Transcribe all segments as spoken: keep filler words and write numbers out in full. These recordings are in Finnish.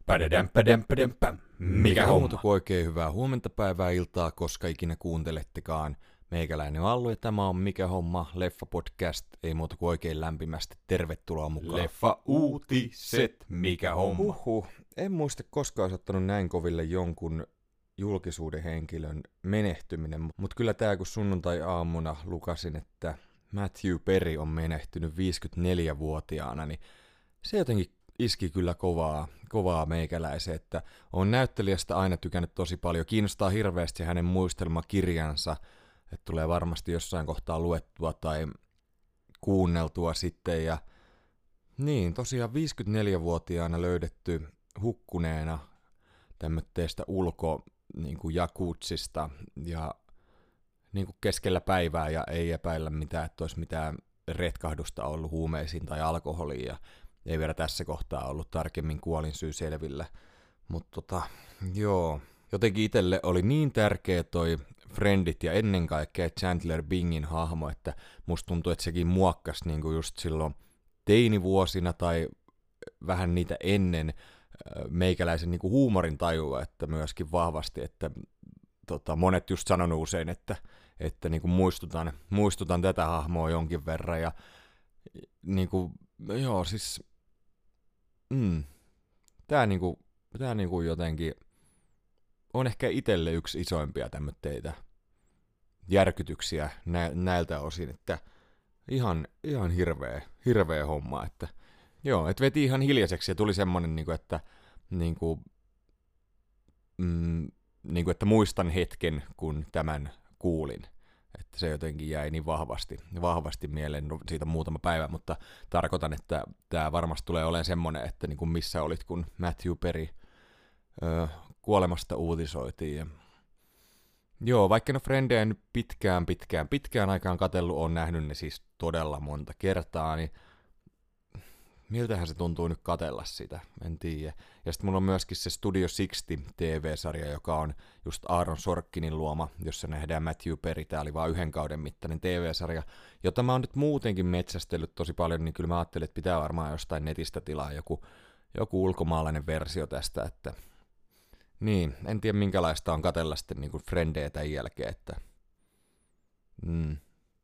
Padadämpädämpädämpä. Mikä homma? Muuta kuin oikein hyvää huomenta, päivää, iltaa, koska ikinä kuuntelettekaan. Meikäläinen on Allu ja tämä on Mikä homma, leffa-podcast. Ei muuta kuin oikein lämpimästi tervetuloa mukaan. Leffa-uutiset. Mikä homma? Huhhuh. En muista koskaan sattanut näin koville jonkun julkisuuden henkilön menehtyminen, mutta kyllä tää kun sunnuntai-aamuna lukasin, että Matthew Perry on menehtynyt viisikymmentäneljävuotiaana, niin se jotenkin iski kyllä kovaa, kovaa meikäläiseen, että on näyttelijästä aina tykännyt tosi paljon. Kiinnostaa hirveästi hänen muistelmakirjansa, että tulee varmasti jossain kohtaa luettua tai kuunneltua sitten. Ja niin, tosiaan viisikymmentäneljävuotiaana löydetty hukkuneena tämmöistä ulko niin kuin jakutsista ja niin kuin keskellä päivää ja ei epäillä mitään, että olisi mitään retkahdusta ollut huumeisiin tai alkoholiin ja ei vielä tässä kohtaa ollut tarkemmin kuolinsyy selvillä. Mutta tota, joo, jotenkin itselle oli niin tärkeä toi Friendit ja ennen kaikkea Chandler Bingin hahmo, että musta tuntui, että sekin muokkasi niinku just silloin teinivuosina tai vähän niitä ennen meikäläisen niinku huumorin tajua, että myöskin vahvasti, että tota, monet just sanonut usein, että, että niinku muistutan, muistutan tätä hahmoa jonkin verran ja niinku, joo siis Mm. Tää niinku, tää niinku jotenkin on ehkä itselle yksi isoimpia tämmöitä järkytyksiä nä- näiltä osin, että ihan, ihan hirveä, hirveä homma, että joo, et veti ihan hiljaiseksi ja tuli semmonen niinku, että niinku, mm, niinku, että muistan hetken, kun tämän kuulin. Että se jotenkin jäi niin vahvasti, vahvasti mieleen, no, siitä muutama päivä, mutta tarkoitan, että tämä varmasti tulee olemaan semmoinen, että niin kuin missä olit, kun Matthew Perry öö, kuolemasta uutisoitiin. Ja joo, vaikka no Frendejä nyt pitkään, pitkään, pitkään aikaan katsellut, on nähnyt ne siis todella monta kertaa, niin miltähän se tuntuu nyt katella sitä, en tiedä. Ja sitten mulla on myöskin se Studio kuusikymmentä T V-sarja, joka on just Aaron Sorkinin luoma, jossa nähdään Matthew Perry. Tää oli vaan yhden kauden mittainen T V-sarja, jota mä oon nyt muutenkin metsästellyt tosi paljon, niin kyllä mä ajattelin, että pitää varmaan jostain netistä tilaa joku, joku ulkomaalainen versio tästä, että niin, en tiedä minkälaista on katella sitten niin kuin Frendejä tämän jälkeen, että mm.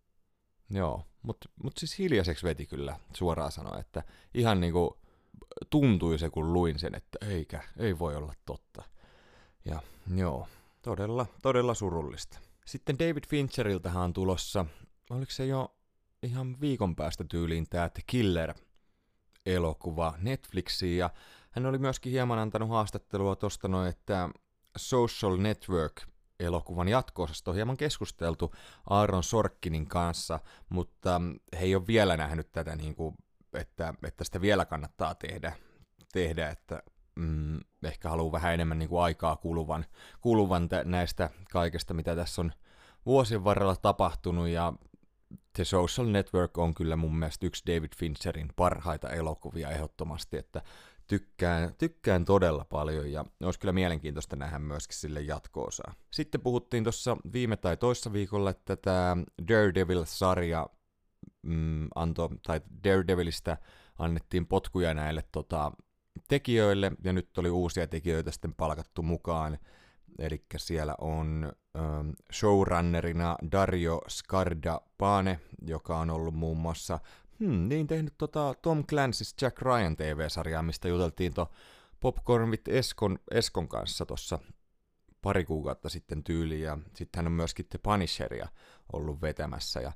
Joo, mutta mut siis hiljaiseksi veti kyllä suoraan sanoa, että ihan niinku tuntui se, kun luin sen, että eikä, ei voi olla totta. Ja joo, todella, todella surullista. Sitten David Fincheriltähän on tulossa, oliko se jo ihan viikon päästä tyyliin tää The Killer-elokuva Netflixiin, ja hän oli myöskin hieman antanut haastattelua tosta noin, että Social Network elokuvan jatko-osasta on hieman keskusteltu Aaron Sorkinin kanssa, mutta he ei ole vielä nähnyt tätä, niin kuin, että, että sitä vielä kannattaa tehdä, tehdä että mm, ehkä haluaa vähän enemmän niin kuin aikaa kuluvan, kuluvan tä, näistä kaikesta, mitä tässä on vuosien varrella tapahtunut, ja The Social Network on kyllä mun mielestä yksi David Fincherin parhaita elokuvia ehdottomasti, että Tykkään, tykkään todella paljon ja olisi kyllä mielenkiintoista nähdä myöskin sille jatko-osaa. Sitten puhuttiin tuossa viime tai toissa viikolla, että tämä Daredevil-sarja mm, antoi, tai Daredevilistä annettiin potkuja näille tota, tekijöille, ja nyt oli uusia tekijöitä sitten palkattu mukaan. Eli siellä on ähm, showrunnerina Dario Scardapane, joka on ollut muun muassa Hmm, niin tehnyt tota Tom Clancy's Jack Ryan T V-sarjaa, mistä juteltiin to Popcorn with Eskon, Eskon kanssa tuossa pari kuukautta sitten tyyliin, ja sitten hän on myöskin The Punisheria ollut vetämässä, ja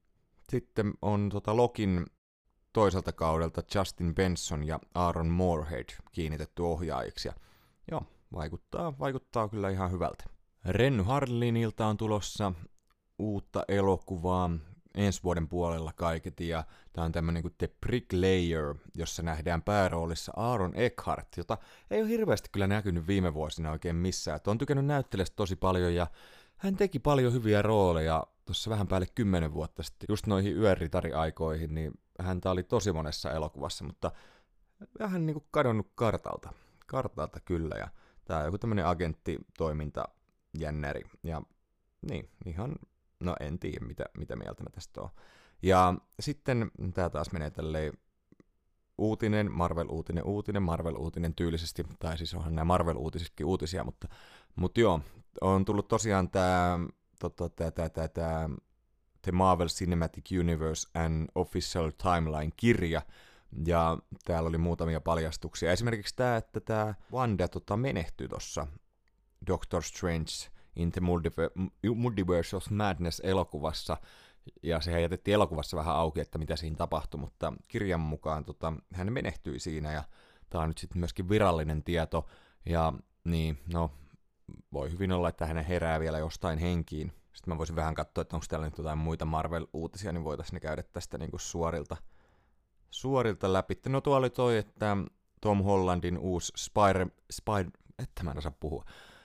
sitten on tota Lokin toiselta kaudelta Justin Benson ja Aaron Moorhead kiinnitetty ohjaajiksi, ja joo, vaikuttaa, vaikuttaa kyllä ihan hyvältä. Renny Harlinilta on tulossa uutta elokuvaa ensi vuoden puolella kaiketi, ja tää on tämmönen kuin The Bricklayer, jossa nähdään pääroolissa Aaron Eckhart, jota ei ole hirveästi kyllä näkynyt viime vuosina oikein missään. Et on tykännyt näyttelijästä tosi paljon, ja hän teki paljon hyviä rooleja tuossa vähän päälle kymmenen vuotta sitten, just noihin yöritari-aikoihin, niin häntä oli tosi monessa elokuvassa, mutta vähän niinku kadonnut kartalta. Kartalta kyllä, ja tää on joku tämmönen agenttitoiminta jännäri, ja niin, ihan no en tiedä, mitä, mitä mieltä mä tästä oon. Ja sitten tää taas menee tälleen uutinen, Marvel-uutinen, uutinen, Marvel-uutinen tyylisesti, tai siis onhan nämä Marvel-uutisitkin uutisia, mutta, mutta joo, on tullut tosiaan tämä tota, tää, tää, tää, tää, The Marvel Cinematic Universe and Official Timeline-kirja, ja täällä oli muutamia paljastuksia. Esimerkiksi tämä, että tämä Wanda tota, menehtyi tuossa Doctor Strange in the Multiverse of Madness-elokuvassa, ja sehän jätettiin elokuvassa vähän auki, että mitä siinä tapahtui, mutta kirjan mukaan tota, hän menehtyi siinä, ja tämä on nyt sitten myöskin virallinen tieto, ja niin, no, voi hyvin olla, että hänen herää vielä jostain henkiin. Sitten mä voisin vähän katsoa, että onko täällä nyt jotain muita Marvel-uutisia, niin voitaisiin ne käydä tästä niinku suorilta, suorilta läpi. No tuolla oli toi, että Tom Hollandin uusi Spider... Spider... että mä en osaa puhua.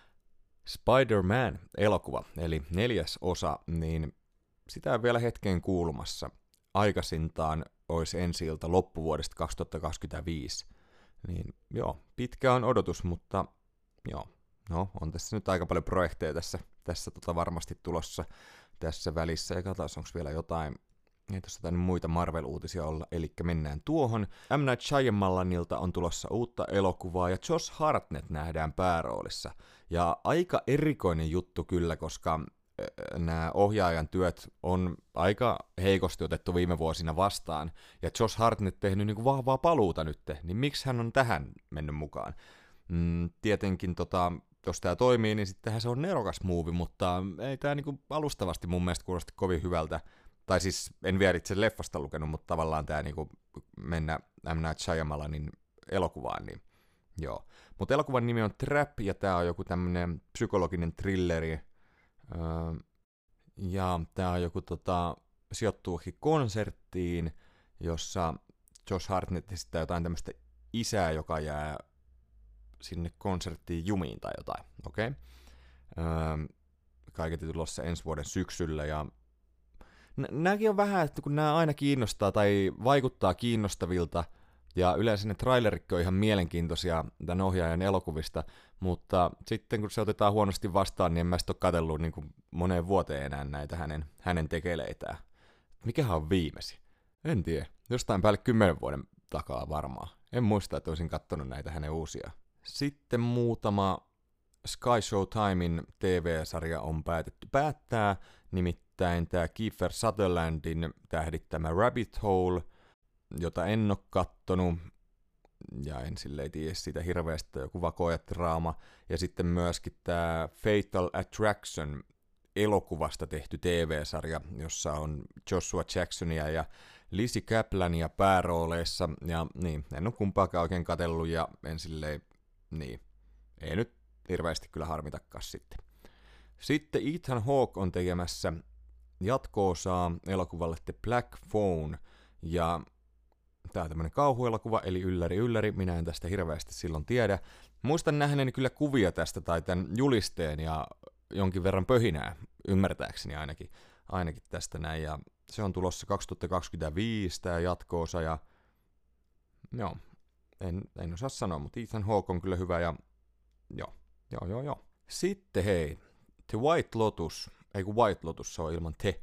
Spider-Man-elokuva, eli neljäs osa, niin sitä on vielä hetken kuulumassa. Aikaisintaan olisi ensi-ilta loppuvuodesta kaksituhattakaksikymmentäviisi. Niin joo, pitkä on odotus, mutta joo, no on tässä nyt aika paljon projekteja tässä, tässä tota varmasti tulossa tässä välissä. Ja katsotaan, onko vielä jotain, ei tuossa jotain muita Marvel-uutisia olla, eli mennään tuohon. M. Night Shyamalanilta on tulossa uutta elokuvaa, ja Josh Hartnett nähdään pääroolissa. Ja aika erikoinen juttu kyllä, koska nämä ohjaajan työt on aika heikosti otettu viime vuosina vastaan, ja Josh Hartnett tehnyt niin kuin vahvaa paluuta nyt, niin miksi hän on tähän mennyt mukaan? Mm, tietenkin, tota, jos tämä toimii, niin sittenhän se on nerokas muuvi, mutta ei tämä niin alustavasti mun mielestä kuulosti kovin hyvältä. Tai siis en vielä itse leffasta lukenut, mutta tavallaan tämä niin mennä M. Night Shyamalanin elokuvaan, niin joo. Mutta elokuvan nimi on Trap, ja tämä on joku tämmöinen psykologinen thrilleri, öö, ja tämä on joku tota, sijoittuukin konserttiin, jossa Josh Hartnett esittää jotain tämmöistä isää, joka jää sinne konserttiin jumiin tai jotain, okei? Okay? Öö, kaiketi tulossa ensi vuoden syksyllä, ja nämäkin on vähän, että kun nämä aina kiinnostaa tai vaikuttaa kiinnostavilta, ja yleensä ne trailerikki on ihan mielenkiintoisia tämän ohjaajan elokuvista, mutta sitten kun se otetaan huonosti vastaan, niin en mä sit ole katsellut niin kuin moneen vuoteen enää näitä hänen, hänen tekeleitään. Mikähän on viimeisin? En tiedä. Jostain päälle kymmenen vuoden takaa varmaan. En muista, että olisin katsonut näitä hänen uusia. Sitten muutama Sky Showtimein T V-sarja on päätetty päättää, nimittäin tämä Kiefer Sutherlandin tähdittämä Rabbit Hole, jota en ole kattonut, ja en silleen tiedä siitä hirveästi, joku vakojadraama, ja sitten myöskin tämä Fatal Attraction elokuvasta tehty T V-sarja, jossa on Joshua Jacksonia ja Lizzie Kaplania päärooleissa, ja niin, en ole kumpaakaan oikein katsellut, ja en silleen, niin, ei nyt hirveästi kyllä harmitakaan sitten. Sitten Ethan Hawke on tekemässä jatko-osaa elokuvalle The Black Phone, ja tämä on tämmöinen kauhuelokuva, eli ylläri ylläri, minä en tästä hirveästi silloin tiedä. Muistan nähneeni kyllä kuvia tästä tai tämän julisteen ja jonkin verran pöhinää, ymmärtääkseni ainakin, ainakin tästä näin. Ja se on tulossa kaksituhattakaksikymmentäviisi tämä jatko-osa, ja joo, en, en osaa sanoa, mutta Ethan Hawke on kyllä hyvä, ja joo, joo, joo, joo. Sitten hei, The White Lotus, ei kun White Lotus, se on ilman te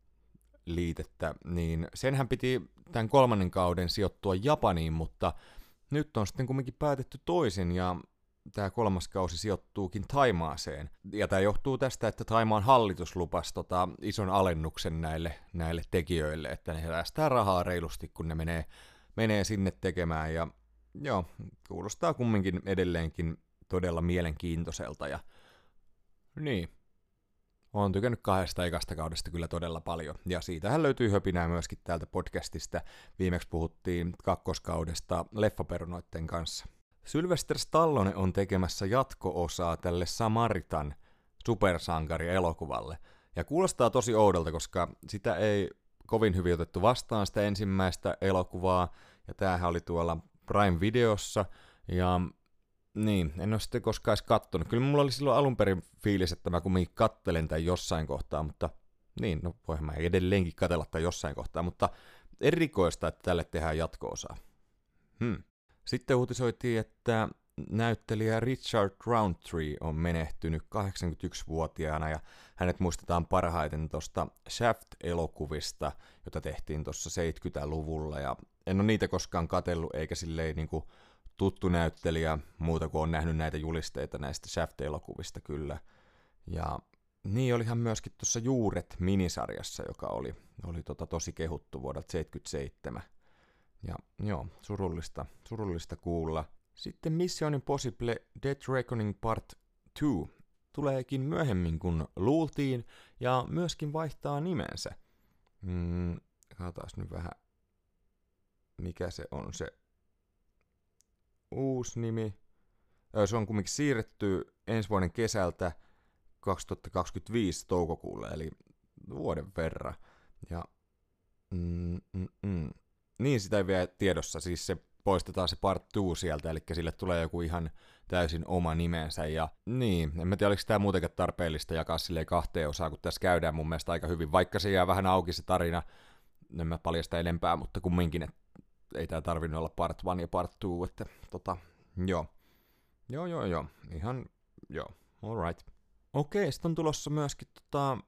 liitettä, niin senhän piti tämän kolmannen kauden sijoittua Japaniin, mutta nyt on sitten kumminkin päätetty toisin, ja tämä kolmas kausi sijoittuukin Thaimaaseen. Ja tämä johtuu tästä, että Thaimaan hallitus lupasi tota ison alennuksen näille, näille tekijöille, että ne säästää rahaa reilusti, kun ne menee, menee sinne tekemään, ja joo, kuulostaa kumminkin edelleenkin todella mielenkiintoiselta, ja niin. Olen tykännyt kahdesta ekasta kaudesta kyllä todella paljon, ja siitähän löytyy höpinää myöskin täältä podcastista. Viimeksi puhuttiin kakkoskaudesta leffaperunoitten kanssa. Sylvester Stallone on tekemässä jatko-osaa tälle Samaritan supersankari-elokuvalle. Ja kuulostaa tosi oudolta, koska sitä ei kovin hyvin otettu vastaan sitä ensimmäistä elokuvaa, ja tämähän oli tuolla Prime-videossa, ja niin, en ole sitten koskaan edes kattonut. Kyllä mulla oli silloin alun perin fiilis, että mä kumminkin kattelen tämän jossain kohtaa, mutta niin, no voihan mä edelleenkin katsella tämän jossain kohtaa, mutta erikoista, että tälle tehdään jatko-osaa. Hmm. Sitten uutisoitiin, että näyttelijä Richard Roundtree on menehtynyt kahdeksankymmentäyksivuotiaana ja hänet muistetaan parhaiten tuosta Shaft-elokuvista, jota tehtiin tuossa seitsemänkymmentäluvulla ja en ole niitä koskaan katsellut eikä silleen niinku tuttu näyttelijä muuta kuin on nähnyt näitä julisteita näistä Shaft-elokuvista kyllä. Ja niin olihan myöskin tuossa Juuret-minisarjassa, joka oli, oli tota tosi kehuttu vuodelta seitsemänkymmentäseitsemän. Ja joo, surullista, surullista kuulla. Sitten Mission Impossible Death Reckoning Part kaksi tuleekin myöhemmin kuin luultiin ja myöskin vaihtaa nimensä. Mm, katsotaan nyt vähän, mikä se on se uusi nimi. Se on kumminkin siirretty ensi vuoden kesältä kaksituhattakaksikymmentäviisi toukokuulle, eli vuoden verran. Ja mm, mm, mm. niin sitä ei vielä tiedossa, siis se poistetaan se part kaksi sieltä, eli sille tulee joku ihan täysin oma nimensä. Ja niin, en mä tiedä, oliko tämä muutenkin tarpeellista jakaa silleen kahteen osaan, kun tässä käydään mun mielestä aika hyvin, vaikka se jää vähän auki se tarina, en mä paljasta enempää, mutta kumminkin, että ei tää tarvinnut olla part one ja part two, että tota, joo. Joo, joo, joo, ihan, joo, alright. Okei, sitten on tulossa myöskin tota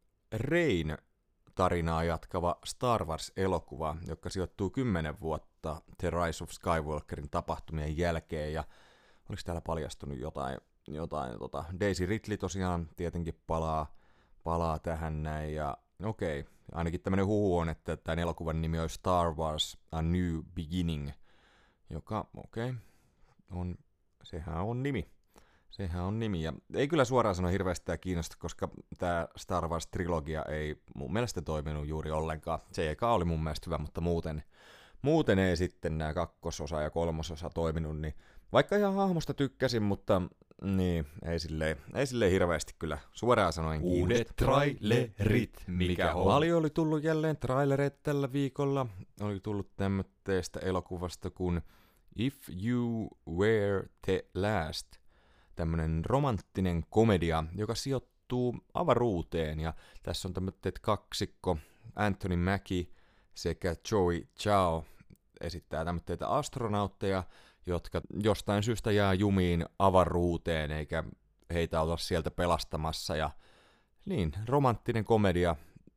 Rein tarinaa jatkava Star Wars-elokuva, joka sijoittuu kymmenen vuotta The Rise of Skywalkerin tapahtumien jälkeen, ja oliko täällä paljastunut jotain, jotain tota, Daisy Ridley tosiaan tietenkin palaa, palaa tähän näin, ja okei, ainakin tämmönen huhu on, että tämän elokuvan nimi on Star Wars A New Beginning, joka, okei, on, sehän on nimi. Sehän on nimi, ja ei kyllä suoraan sano hirveästi tämä kiinnosta, koska tämä Star Wars-trilogia ei mun mielestä toiminut juuri ollenkaan. Se eka oli mun mielestä hyvä, mutta muuten, muuten ei sitten nämä kakkososa ja kolmososa toiminut, niin vaikka ihan hahmosta tykkäsin, mutta niin, ei silleen, ei silleen hirveästi kyllä suoraan sanoen kiinnosta. Uudet trailerit, mikä on. Paljon oli tullut jälleen trailereita tällä viikolla. Oli tullut tämmöistä elokuvasta kuin If You Were the Last. Tämmönen romanttinen komedia, joka sijoittuu avaruuteen, ja tässä on tämmöiset kaksikko, Anthony Mackie sekä Joey Chao esittää tämmöitä astronautteja, jotka jostain syystä jää jumiin avaruuteen, eikä heitä olla sieltä pelastamassa, ja niin, romanttinen komedia,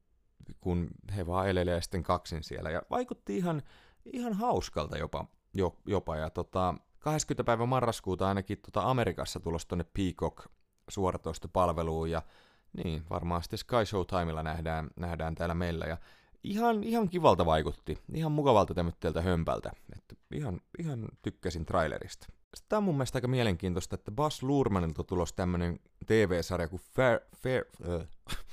kun he vaan elelee sitten kaksin siellä, ja vaikutti ihan, ihan hauskalta jopa, jopa ja tota... kahdeskymmenes päivä marraskuuta ainakin tuota Amerikassa tulossa tuonne Peacock suoratoistopalveluun ja niin, varmaan sitten Sky Showtimella nähdään, nähdään täällä meillä ja ihan, ihan kivalta vaikutti, ihan mukavalta tämmötteeltä hömpältä, että ihan, ihan tykkäsin trailerista. Sitten tää on mun mielestä aika mielenkiintoista, että Baz Luhrmannilta tulossa tämmönen T V-sarja kuin Fair, Fair, äh,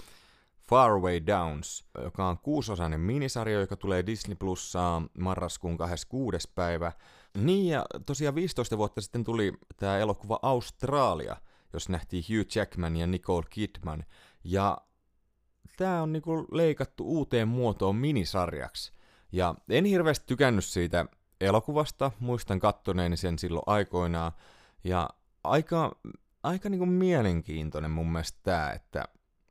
Faraway Downs, joka on kuusosainen minisarja, joka tulee Disney Plussaan marraskuun kahdeskymmeneskuudes päivä. Niin, ja tosiaan viisitoista vuotta sitten tuli tämä elokuva Australia, jos nähtiin Hugh Jackman ja Nicole Kidman. Ja tämä on niinku leikattu uuteen muotoon minisarjaksi. Ja en hirveästi tykännyt siitä elokuvasta, muistan kattoneeni sen silloin aikoinaan. Ja aika, aika niinku mielenkiintoinen mun mielestä tämä, että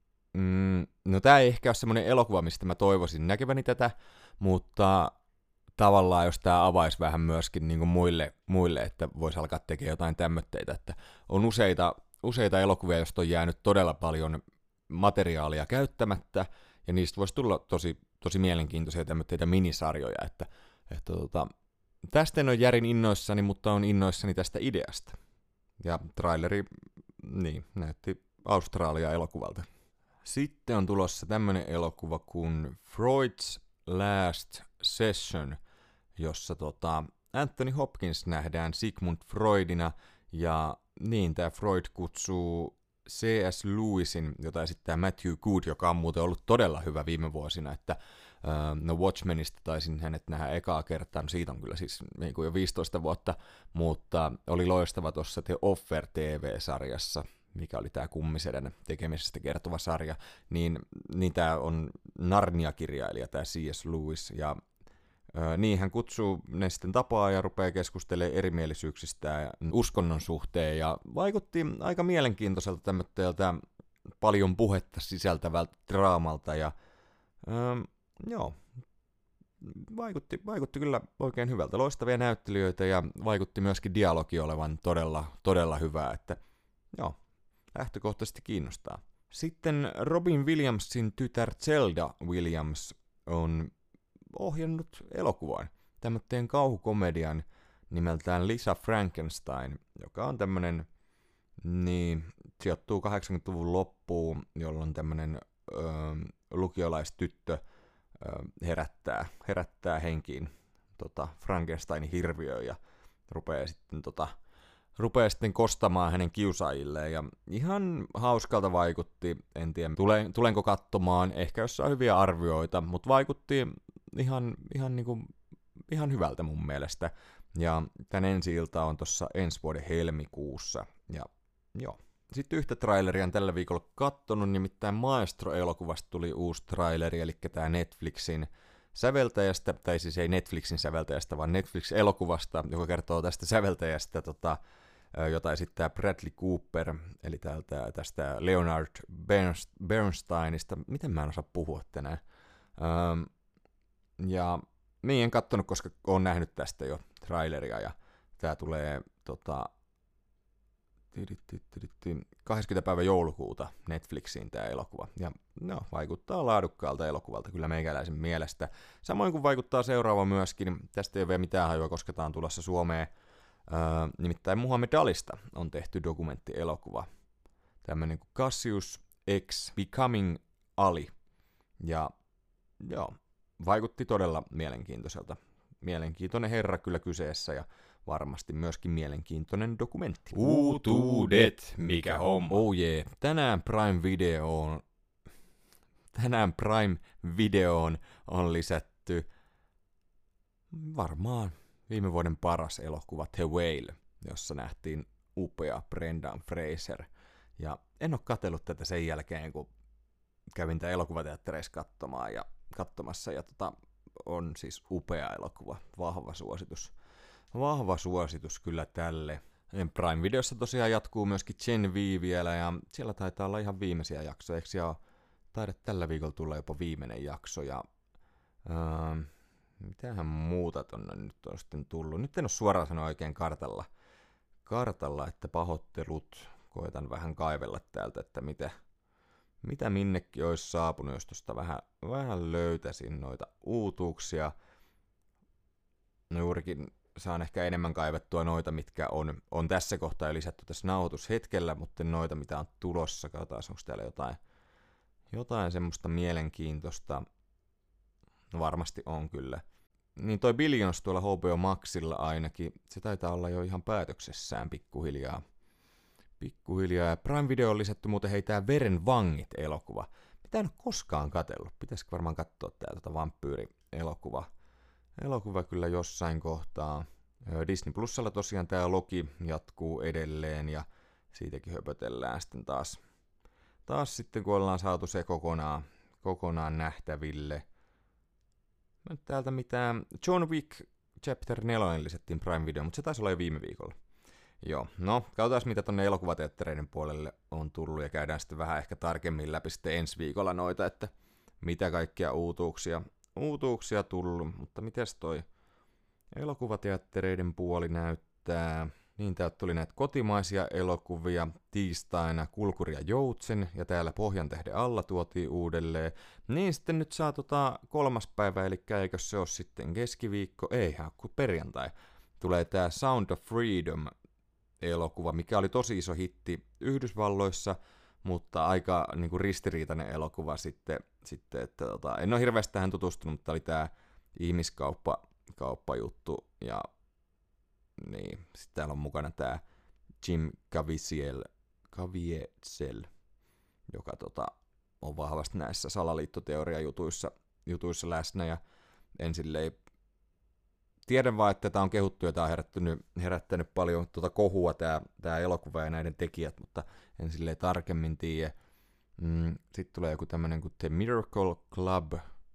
mm, no tää ei ehkä ole semmoinen elokuva, mistä mä toivoisin näkeväni tätä, mutta tavallaan jos tää avaisi vähän myöskin niin kuin muille, muille, että voisi alkaa tekemään jotain tämmötteitä, että on useita, useita elokuvia, joista on jäänyt todella paljon materiaalia käyttämättä, ja niistä voisi tulla tosi, tosi mielenkiintoisia tämmötteitä minisarjoja, että, että tota, tästä en ole järin innoissani, mutta on innoissani tästä ideasta. Ja traileri, niin, näytti Australia-elokuvalta. Sitten on tulossa tämmönen elokuva kuin Freud's Last Session, jossa tota Anthony Hopkins nähdään Sigmund Freudina, ja niin, tää Freud kutsuu C S Lewisin, jota esittää Matthew Good, joka on muuten ollut todella hyvä viime vuosina, että uh, no Watchmenista taisin hänet nähdä ekaa kertaa, no siitä on kyllä siis niin kuin jo viisitoista vuotta, mutta oli loistava tuossa The Offer T V-sarjassa, mikä oli tämä kummisedän tekemisestä kertova sarja, niin, niin tämä on Narnia-kirjailija, tämä C S Lewis, ja ö, niin hän kutsuu ne sitten tapaa ja rupeaa keskustelemaan erimielisyyksistä ja uskonnon suhteen, ja vaikutti aika mielenkiintoiselta tämmöiltä paljon puhetta sisältävältä draamalta, ja ö, joo, vaikutti, vaikutti kyllä oikein hyvältä. Loistavia näyttelijöitä ja vaikutti myöskin dialogi olevan todella, todella hyvää, että joo, lähtökohtaisesti kiinnostaa. Sitten Robin Williamsin tytär Zelda Williams on ohjannut elokuvan, tämmöinen kauhukomedian nimeltään Lisa Frankenstein, joka on tämmönen, niin sijoittuu kahdeksankymmentäluvun loppuun, jolloin tämmönen ö, lukiolaistyttö ö, herättää, herättää henkiin tota, Frankensteinin hirviöön ja rupeaa sitten, tota, rupeaa sitten kostamaan hänen kiusaajilleen. Ja ihan hauskalta vaikutti, en tiedä tulen, tulenko katsomaan, ehkä jossain hyviä arvioita, mutta vaikutti ihan, ihan, niinku, ihan hyvältä mun mielestä. Ja tän ensi-ilta on tossa ensi vuoden helmikuussa. Ja joo. Sitten yhtä traileria on tällä viikolla kattonut, nimittäin Maestro-elokuvasta tuli uusi traileri, eli tää Netflixin säveltäjästä, tai siis ei Netflixin säveltäjästä, vaan Netflix-elokuvasta, joka kertoo tästä säveltäjästä, tota, jota esittää Bradley Cooper, eli täältä, tästä Leonard Bernsteinista. Miten mä en osaa puhua tänään? Ähm, ja niin, en kattonut, koska olen nähnyt tästä jo traileria, ja tää tulee tota, kahdeskymmenes päivä joulukuuta Netflixiin tää elokuva. Ja no, vaikuttaa laadukkaalta elokuvalta kyllä meikäläisen mielestä. Samoin kuin vaikuttaa seuraava myöskin, tästä ei ole vielä mitään hajua, koska tää on tulossa Suomeen. Öö, nimittäin Muhammed Alista on tehty dokumenttielokuva. Tämmönen kuin Cassius X Becoming Ali. Ja joo, vaikutti todella mielenkiintoiselta. Mielenkiintoinen herra kyllä kyseessä ja varmasti myöskin mielenkiintoinen dokumentti. Uutuudet, mikä homma. Oh jee, yeah. Tänään Prime Videoon, tänään Prime Videoon on lisätty varmaan viime vuoden paras elokuva The Whale, jossa nähtiin upea Brendan Fraser. Ja en ole katsellut tätä sen jälkeen, kun kävin tämän elokuvateattereissa katsomaan ja katsomassa. Ja tota, on siis upea elokuva, vahva suositus. Vahva suositus kyllä tälle. Prime Videossa tosiaan jatkuu myöskin Gen V vielä, ja siellä taitaa olla ihan viimeisiä jaksoja. Eikö siellä taida tällä viikolla tulla jopa viimeinen jakso, ja öö, mitähän muuta tonne nyt on sitten tullut. Nyt en ole suoraan sanoa oikein kartalla, kartalla, että pahoittelut. Koitan vähän kaivella täältä, että mitä, mitä minnekin olisi saapunut, jos tuosta vähän, vähän löytäisin noita uutuuksia. No juurikin saan ehkä enemmän kaivettua noita, mitkä on, on tässä kohtaa jo lisätty tässä nauhoitushetkellä, mutta noita, mitä on tulossa. Katsotaan, onko täällä jotain, jotain semmoista mielenkiintoista. No varmasti on kyllä. Niin toi Billions tuolla H B O Maxilla ainakin, se taitaa olla jo ihan päätöksessään pikkuhiljaa. Pikkuhiljaa. Ja Prime Video on lisätty muuten hei tää Veren vangit-elokuva. Mitä en ole koskaan katsellut. Pitäisikö varmaan katsoa tää tota vampyyri-elokuva. Elokuva kyllä jossain kohtaa. Disney Plusalla tosiaan tää Loki jatkuu edelleen ja siitäkin höpötellään sitten taas. Taas sitten kun ollaan saatu se kokonaan, kokonaan nähtäville. Nyt täältä mitään. John Wick Chapter neljä lisättiin Prime Video, mutta se taisi olla jo viime viikolla. Joo, no katsotaan mitä tonne elokuvateattereiden puolelle on tullut ja käydään sitten vähän ehkä tarkemmin läpi sitten ensi viikolla noita, että mitä kaikkia uutuuksia, uutuuksia tullut, mutta mites toi elokuvateattereiden puoli näyttää? Niin täältä tuli näitä kotimaisia elokuvia tiistaina Kulkuri ja Joutsen ja täällä Pohjantähden alla tuotiin uudelleen. Niin sitten nyt saa tota kolmas päivä, eli eikö se ole sitten keskiviikko? Eihän, kun perjantai. Tulee tää Sound of Freedom elokuva, mikä oli tosi iso hitti Yhdysvalloissa, mutta aika niin kuin ristiriitainen elokuva sitten, sitten että tota, en ole hirveästi tähän tutustunut, mutta oli tää ihmiskauppa kauppajuttu ja niin, sitten täällä on mukana tää Jim Caviezel, Caviezel joka tota, on vahvasti näissä salaliittoteoriajutuissa jutuissa läsnä ja en silleen tiedän vaan, että tämä on kehuttu ja tämä on herättänyt, herättänyt paljon tuota kohua tämä, tämä elokuva ja näiden tekijät, mutta en silleen tarkemmin tiedä. Mm, sitten tulee joku tämmönen kuin The Miracle Club,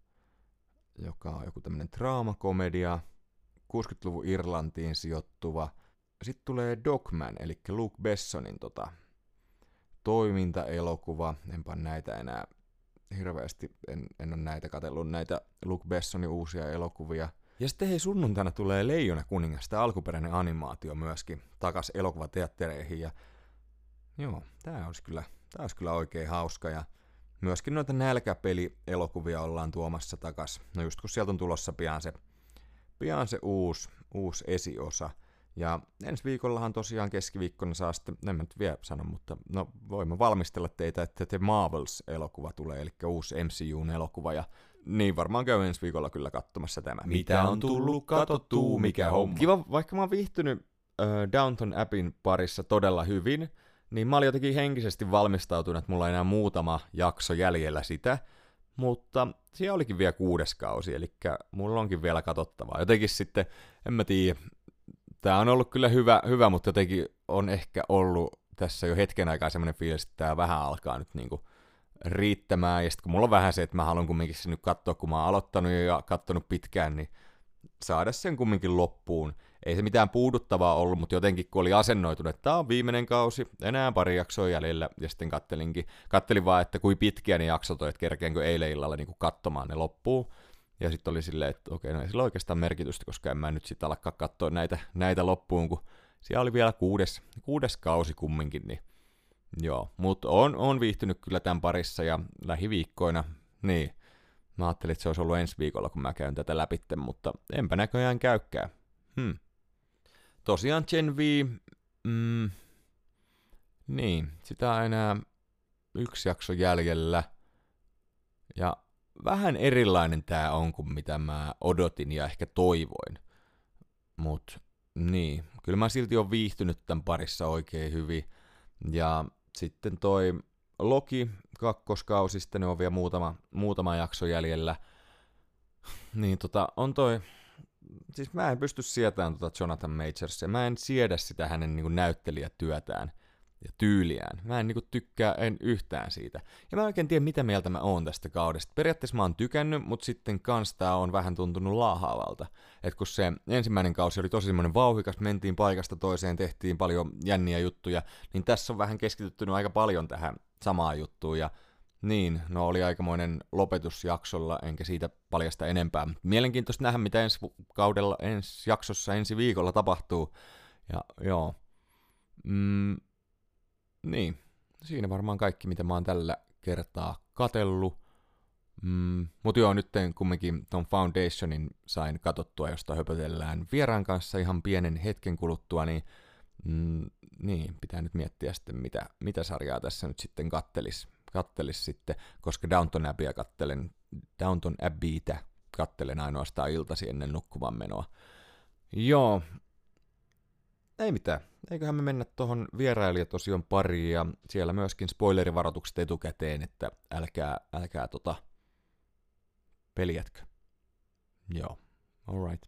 joka on joku tämmönen draamakomedia, kuusikymmentäluvun Irlantiin sijoittuva. Sitten tulee Dogman, eli Luke Bessonin tota, toimintaelokuva. Enpä näitä enää, hirveästi en, en ole näitä katsellut, näitä Luc Bessonin uusia elokuvia. Ja sitten hei, sunnuntaina tulee Leijona kuningas, tämä alkuperäinen animaatio myöskin, takas elokuvateattereihin. Ja joo, tää olisi kyllä, tää olisi kyllä oikein hauska. Ja myöskin noita nälkäpeli-elokuvia ollaan tuomassa takas. No just kun sieltä on tulossa pian se, pian se uusi, uusi esiosa. Ja ensi viikollahan tosiaan keskiviikkona saa sitten, en mä nyt vielä sano, mutta no voimme valmistella teitä, että The Marvels-elokuva tulee, eli uusi M C U-elokuva, ja niin varmaan käy ensi viikolla kyllä katsomassa tämä. Mitä on tullut katsottua, mikä homma? Kiva, vaikka mä oon viihtynyt äh, Downton Abbyn parissa todella hyvin, niin mä olin jotenkin henkisesti valmistautunut, että mulla on enää muutama jakso jäljellä sitä, mutta siellä olikin vielä kuudes kausi, eli mulla onkin vielä katsottavaa. Jotenkin sitten, en mä tiedä, tää on ollut kyllä hyvä, hyvä, mutta jotenkin on ehkä ollut tässä jo hetken aikaa semmoinen fiilis, että tää vähän alkaa nyt niinku riittämään. Ja sitten kun mulla on vähän se, että mä haluan kumminkin sen nyt katsoa, kun mä oon aloittanut ja katsonut pitkään, niin saada sen kumminkin loppuun. Ei se mitään puuduttavaa ollut, mutta jotenkin kun oli asennoitunut, että tää on viimeinen kausi, enää pari jaksoa jäljellä, ja sitten kattelinkin, kattelin vaan, että kuin pitkiä ne jaksot on, että kerkeenkö eilen illalla niin katsomaan ne loppuun. Ja sitten oli silleen, että okei, no ei sillä oikeastaan merkitystä, koska en mä nyt sitten alkaa katsoa näitä, näitä loppuun, kun siellä oli vielä kuudes, kuudes kausi kumminkin, niin joo. Mutta on, on viihtynyt kyllä tämän parissa ja lähiviikkoina, niin mä ajattelin, että se olisi ollut ensi viikolla, kun mä käyn tätä läpitte, mutta enpä näköjään käykään. Hmm. Tosiaan Gen V, mm, niin, sitä on enää yksi jakso jäljellä, ja vähän erilainen tää on kuin mitä mä odotin ja ehkä toivoin. Mut niin, kyllä mä silti oon viihtynyt tämän parissa oikein hyvin. Ja sitten toi Loki kakkoskausi, sitten ne on vielä muutama, muutama jakso jäljellä. Niin tota, on toi, siis mä en pysty sietämään tota Jonathan Majorsia. Mä en siedä sitä hänen niinku näyttelijätyötään ja tyyliään. Mä en niinku tykkää en yhtään siitä. Ja mä en oikein tiedä, mitä mieltä mä oon tästä kaudesta. Periaatteessa mä oon tykännyt, mutta sitten kans tää on vähän tuntunut laahaavalta. Et kun se ensimmäinen kausi oli tosi semmonen vauhikas, mentiin paikasta toiseen, tehtiin paljon jänniä juttuja, niin tässä on vähän keskityttynyt aika paljon tähän samaan juttuun. Ja niin, no oli aikamoinen lopetusjaksolla, enkä siitä paljasta enempää. Mielenkiintoista nähdä, mitä ensi kaudella, ensi jaksossa, ensi viikolla tapahtuu. Ja joo. Mm, Niin, siinä varmaan kaikki, mitä mä oon tällä kertaa katellut. Mm, Mutta joo, nyt kumminkin ton Foundationin sain katsottua, josta höpötellään vieraan kanssa ihan pienen hetken kuluttua, niin, mm, niin pitää nyt miettiä sitten, mitä, mitä sarjaa tässä nyt sitten kattelis, kattelis sitten, koska Downton Abbeya kattelen, Downton Abbeytä kattelen ainoastaan iltasi ennen nukkumaan menoa. Joo. Ei mitään. Eiköhän me mennä tuohon vierailijatosion pariin ja siellä myöskin spoilerivaroitukset etukäteen, että älkää, älkää tota peljätkö. Joo, alright.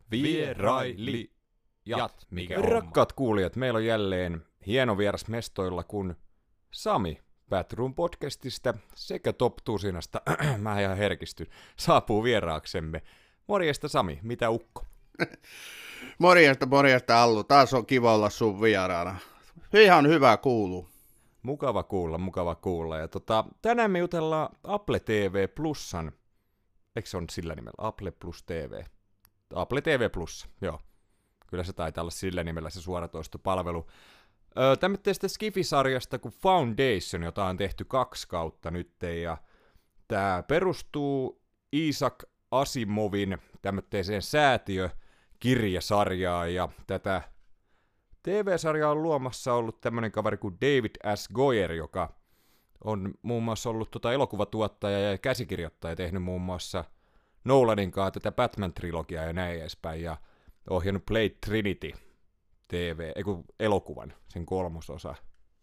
Vierailijat, mikä homma? Rakkaat kuulijat, meillä on jälleen hieno vieras mestoilla, kun Sami Batroom podcastista sekä Top Tusinasta, mä ihan herkistyn, saapuu vieraaksemme. Morjesta Sami, mitä ukko? Morjesta, morjesta Allu. Taas on kiva olla sun vieraana. Ihan hyvä kuuluu. Mukava kuulla, mukava kuulla. Ja tota, tänään me jutellaan Apple T V Plusan, eikö se on sillä nimellä? Apple Plus T V. Apple T V Plus, joo. Kyllä se taitaa olla sillä nimellä se suoratoistopalvelu. Öö, tämmöistä Skifi-sarjasta kuin Foundation, jota on tehty kaksi kautta nyt. Ja tää perustuu Isaac Asimovin tämmöiseen säätiö kirjasarjaa, ja tätä T V-sarjaa on luomassa ollut tämmönen kaveri kuin David S. Goyer, joka on muun muassa ollut tota elokuvatuottaja ja käsikirjoittaja, tehnyt muun muassa Nolanin kanssa tätä Batman-trilogiaa ja näin edespäin, ja ohjannut Blade Trinity T V, eiku elokuvan, sen kolmososa.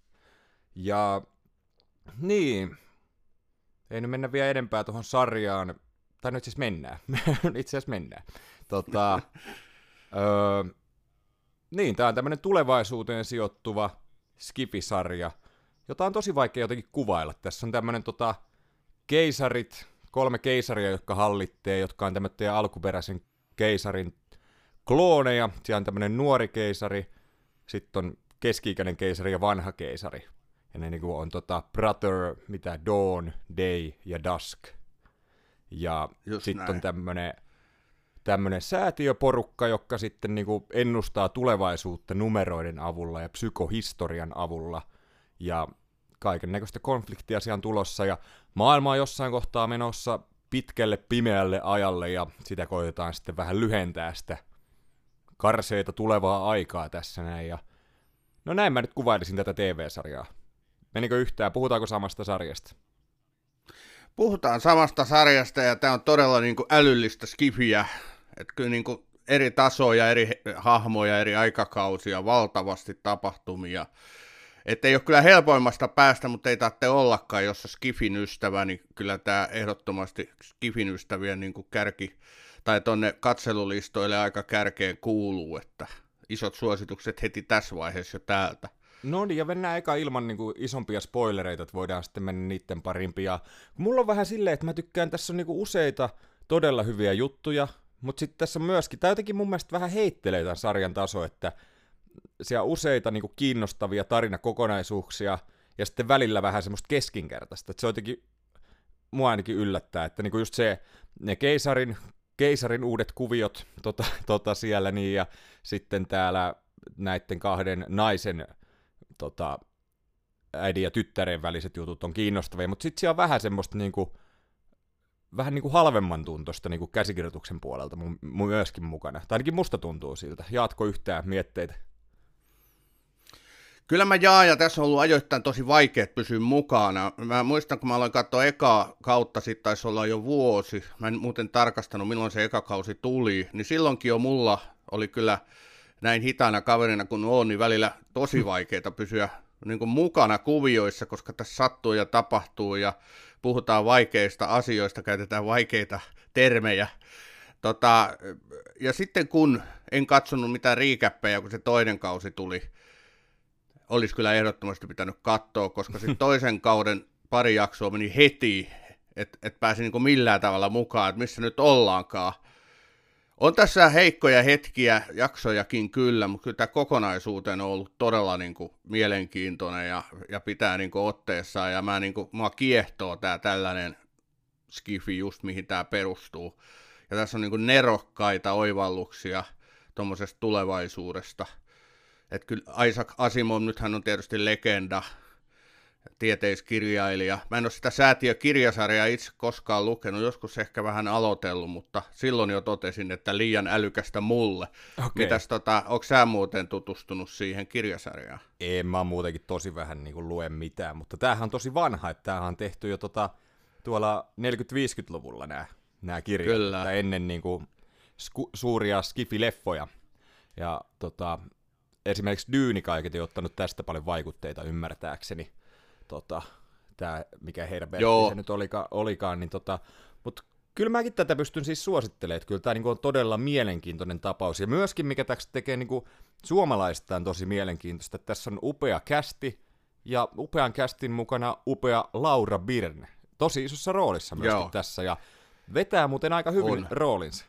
Ja niin, ei nyt mennä vielä enempää tuohon sarjaan, tai nyt siis mennään, itse asiassa mennään. Tota, öö, niin, tää on tämmönen tulevaisuuteen sijoittuva Skifi-sarja, jota on tosi vaikea jotenkin kuvailla. Tässä on tämmönen tota, keisarit, kolme keisaria, jotka hallittee, jotka on tämmöinen alkuperäisen keisarin klooneja. Siellä on tämmönen nuori keisari, sitten on keski-ikäinen keisari ja vanha keisari. Ja ne niinku on tota Brother, mitä, Dawn, Day ja Dusk. Ja sitten on tämmönen, tämmönen säätiöporukka, joka sitten niinku ennustaa tulevaisuutta numeroiden avulla ja psykohistorian avulla. Ja kaiken näköistä konfliktia siellä on tulossa. Ja maailma on jossain kohtaa menossa pitkälle pimeälle ajalle ja sitä koitetaan sitten vähän lyhentää sitä karseita tulevaa aikaa tässä näin. Ja no näin mä nyt kuvailisin tätä T V-sarjaa. Menikö yhtään? Puhutaanko samasta sarjasta? Puhutaan samasta sarjasta ja tämä on todella niin kuin älyllistä skifiä. Että kyllä niin kuin eri tasoja, eri hahmoja, eri aikakausia, valtavasti tapahtumia. Että ei ole kyllä helpoimmasta päästä, mutta ei tarvitse ollakaan, jos on skifin ystävä, niin kyllä tämä ehdottomasti skifin ystävien niin kuin kärki, tai tonne katselulistoille aika kärkeen kuuluu, että isot suositukset heti tässä vaiheessa jo täältä. No niin, ja mennään eka ilman niin kuin isompia spoilereita, että voidaan sitten mennä niiden parimpia. Mulla on vähän silleen, että mä tykkään, tässä on niin kuin useita todella hyviä juttuja, mutta sitten tässä on myöskin, tämä jotenkin mun mielestä vähän heittelee tämän sarjan taso, että siellä on useita niin kuin kiinnostavia tarinakokonaisuuksia, ja sitten välillä vähän semmoista keskinkertaista, että se jotenkin, mua ainakin yllättää, että niin kuin just se, ne keisarin, keisarin uudet kuviot tota, tota siellä, niin, ja sitten täällä näiden kahden naisen tota, äidin ja tyttären väliset jutut on kiinnostavia, mutta sitten siellä on vähän semmoista niinku, vähän niinku halvemman tuntoista niinku käsikirjoituksen puolelta mu- myöskin mukana. Tai ainakin musta tuntuu siltä. Jaatko yhtään mietteitä? Kyllä mä jaan, ja tässä on ollut ajoittain tosi vaikea pysyä mukana. Mä muistan, kun mä aloin katsoa ekaa kautta, sit taisi olla jo vuosi. Mä en muuten tarkastanut, milloin se eka kausi tuli. Niin silloinkin jo mulla oli kyllä näin hitaana kaverina kun on, niin välillä tosi vaikeaa pysyä niin kuin mukana kuvioissa, koska tässä sattuu ja tapahtuu ja puhutaan vaikeista asioista, käytetään vaikeita termejä. Tota, ja sitten kun en katsonut mitään riikäppejä, kun se toinen kausi tuli, olisi kyllä ehdottomasti pitänyt katsoa, koska sitten toisen kauden pari jaksoa meni heti, että et pääsi niin kuin millään tavalla mukaan, että missä nyt ollaankaan. On tässä heikkoja hetkiä, jaksojakin kyllä, mutta kyllä tämä kokonaisuuteen on ollut todella niin kuin mielenkiintoinen ja, ja pitää niin kuin otteessa. Ja mä, niin kuin, mua kiehtoo tämä tällainen skifi just mihin tämä perustuu. Ja tässä on niin kuin nerokkaita oivalluksia tuommoisesta tulevaisuudesta. Että kyllä Isaac Asimov, nythän on tietysti legenda, tieteiskirjailija. Mä en ole sitä säätiökirjasarjaa itse koskaan lukenut, joskus ehkä vähän aloitellut, mutta silloin jo totesin, että liian älykästä mulle. Okay. Mitäs tota, onko sä muuten tutustunut siihen kirjasarjaan? En mä muutenkin tosi vähän niin kuin lue mitään, mutta tämähän on tosi vanha, että tämähän on tehty jo tota, tuolla neljäkymmentä-viisikymmentäluvulla nämä, nämä kirjat, että ennen niin kuin sku, suuria skifileffoja. Ja tota, esimerkiksi Dyyni kaiketi on ottanut tästä paljon vaikutteita ymmärtääkseni. Tota, tää, mikä Herbertti se nyt olika, olikaan, niin tota, mutta kyllä mäkin tätä pystyn siis suosittelemaan, että kyllä tämä niinku on todella mielenkiintoinen tapaus, ja myöskin mikä tästä tekee niinku suomalaistaan tosi mielenkiintoista, että tässä on upea kästi, ja upean kästin mukana upea Laura Birn, tosi isossa roolissa myöskin Joo. tässä, ja vetää muuten aika hyvin on. roolinsa.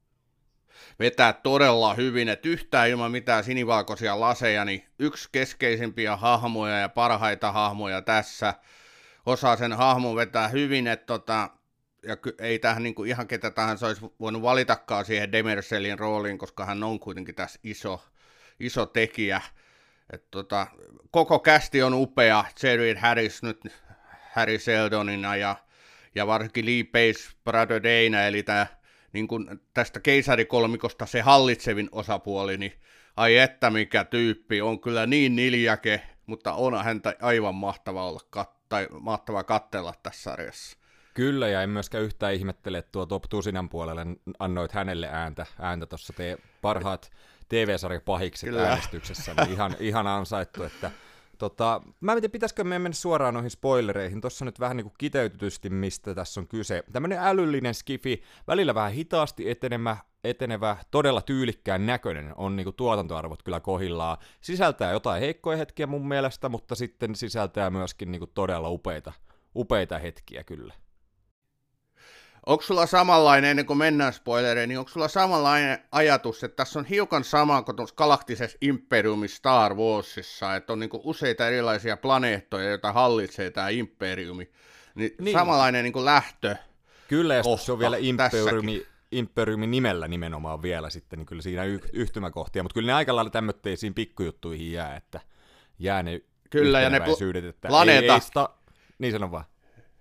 Vetää todella hyvin, että yhtään ilman mitään sinivalkoisia laseja, niin yksi keskeisimpiä hahmoja ja parhaita hahmoja tässä. Osaa sen hahmon vetää hyvin, että tota, ja ei tähän niin kuin ihan ketä tahansa olisi voinut valitakaan siihen Demerselin rooliin, koska hän on kuitenkin tässä iso, iso tekijä. Et tota, koko kästi on upea, Jared Harris nyt Harry Seldonina ja, ja varsinkin Lee Pace, Brother Dana, eli tämä niin kuin tästä keisarikolmikosta se hallitsevin osapuoli, niin ai että mikä tyyppi, on kyllä niin niljäke, mutta on häntä aivan mahtava olla kat- tai mahtava katsella tässä sarjassa. Kyllä, ja en myöskään yhtään ihmettele, että tuo Top Tusinan puolelle annoit hänelle ääntä, ääntä tuossa te parhaat T V-sarjapahikset kyllä. äänestyksessä, niin ihan, ihan ansaittu, että Tota, mä en tiedä, pitäisikö me mennä suoraan noihin spoilereihin. Tuossa nyt vähän niin kuin kiteytetysti, mistä tässä on kyse. Tämmönen älyllinen skifi, välillä vähän hitaasti etenemä, etenevä, todella tyylikkään näköinen on niin kuin tuotantoarvot kyllä kohillaan. Sisältää jotain heikkoja hetkiä mun mielestä, mutta sitten sisältää myöskin niin kuin todella upeita, upeita hetkiä kyllä. onko sulla samanlainen, ennen kuin mennään spoilereihin, niin onko sulla samanlainen ajatus, että tässä on hiukan sama kuin tuossa galaktisessa imperiumissa Star Warsissa, että on niinku useita erilaisia planeettoja, joita hallitsee tämä imperiumi, niin, niin. samanlainen niinku lähtö. Kyllä, ja se on vielä imperiumi, imperiumi nimellä nimenomaan vielä sitten, niin kyllä siinä y- yhtymäkohtia, mutta kyllä ne aika lailla tämmöitteisiin pikkujuttuihin jää, että jää ne kyllä, ja ne pl- että planeeta... ei, ei sta... Niin sanon vaan.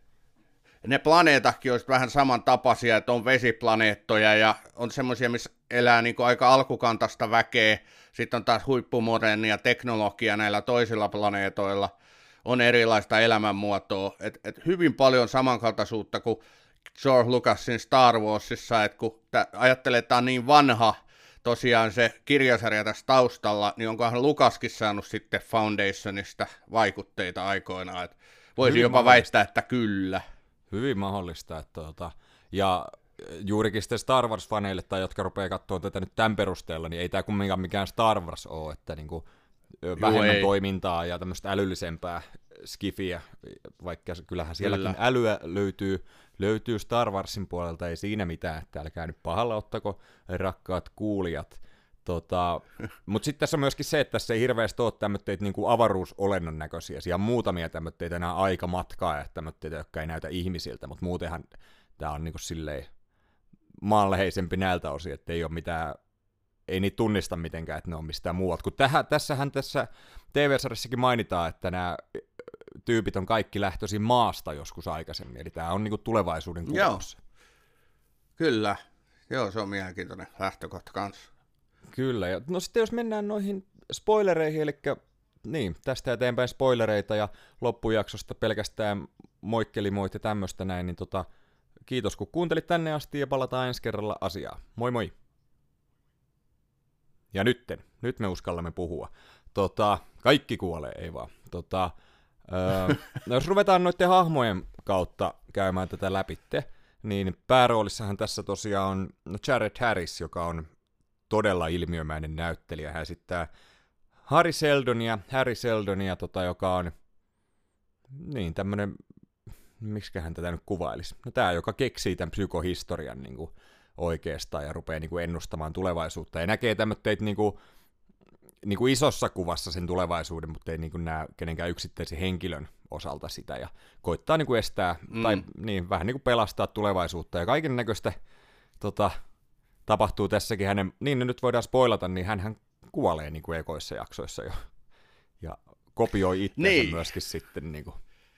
Ne planeetatkin olisivat vähän samantapaisia, että on vesiplaneettoja ja on semmoisia, missä elää niin kuin aika alkukantasta väkeä, sitten on taas huippumodernia teknologia näillä toisilla planeetoilla, on erilaista elämänmuotoa, et, et hyvin paljon samankaltaisuutta kuin George Lucasin Star Warsissa, että kun ajattelee, että tämä on niin vanha tosiaan se kirjasarja tässä taustalla, niin onkohan Lucaskin saanut sitten Foundationista vaikutteita aikoinaan, että voisi jopa väittää, että kyllä. Hyvin mahdollista. Että tuota, ja juurikin sitten Star Wars-faneille, tai jotka rupeaa katsoa tätä nyt tämän perusteella, niin ei tämä kumminkaan mikään Star Wars ole, että niinku vähemmän Joo, toimintaa ja tämmöistä älyllisempää skifiä, vaikka kyllähän sielläkin Kyllä. älyä löytyy, löytyy Star Warsin puolelta, ei siinä mitään, että älkää nyt pahalla ottako rakkaat kuulijat. Tota, mutta sitten tässä on myöskin se, että tässä ei hirveästi ole tämmöitteitä niin kuin avaruusolennon näköisiä, siellä on muutamia tämmöitteitä enää aikamatkaa ja tämmöitteitä, jotka ei näytä ihmisiltä, mutta muutenhan tämä on niin kuin silleen maanläheisempi näiltä osin, että ei ole mitään, ei niitä tunnista mitenkään, että ne on mistään muualta. Kun tähän, tässähän tässä T V-sarjassakin mainitaan, että nämä tyypit on kaikki lähtöisin maasta joskus aikaisemmin, eli tämä on niin kuin tulevaisuuden kuvaus. Kyllä, joo, se on mielenkiintoinen lähtökohta kanssa. Kyllä, ja no sitten jos mennään noihin spoilereihin, eli niin, tästä eteenpäin spoilereita ja loppujaksosta pelkästään moikkelimoit ja tämmöistä näin, niin tota, kiitos kun kuuntelit tänne asti ja palataan ensi kerralla asiaan. Moi moi! Ja nytten, nyt me uskallamme puhua. Tota, kaikki kuolee, ei vaan. Tota, öö, no jos ruvetaan noiden hahmojen kautta käymään tätä läpitte, niin pääroolissahan tässä tosiaan on no Jared Harris, joka on todella ilmiömäinen näyttelijä. Hän esittää Harry Seldonia, Harry Seldonia tota, joka on niin tämmönen, miksiköhän tätä nyt kuvailisi? No tää, joka keksii tämän psykohistorian niin kuin oikeastaan ja rupeaa niin kuin ennustamaan tulevaisuutta ja näkee tämmöitteitä niin kuin, niin kuin isossa kuvassa sen tulevaisuuden, mutta ei niin kuin näe kenenkään yksittäisen henkilön osalta sitä ja koittaa niin kuin estää mm. tai niin, vähän niin kuin pelastaa tulevaisuutta ja kaiken näköistä tota, tapahtuu tässäkin hänen, niin no nyt voidaan spoilata, niin hänhän kuolee niin kuin ekoissa jaksoissa jo ja kopioi itsensä niin. myöskin sitten niin kuin.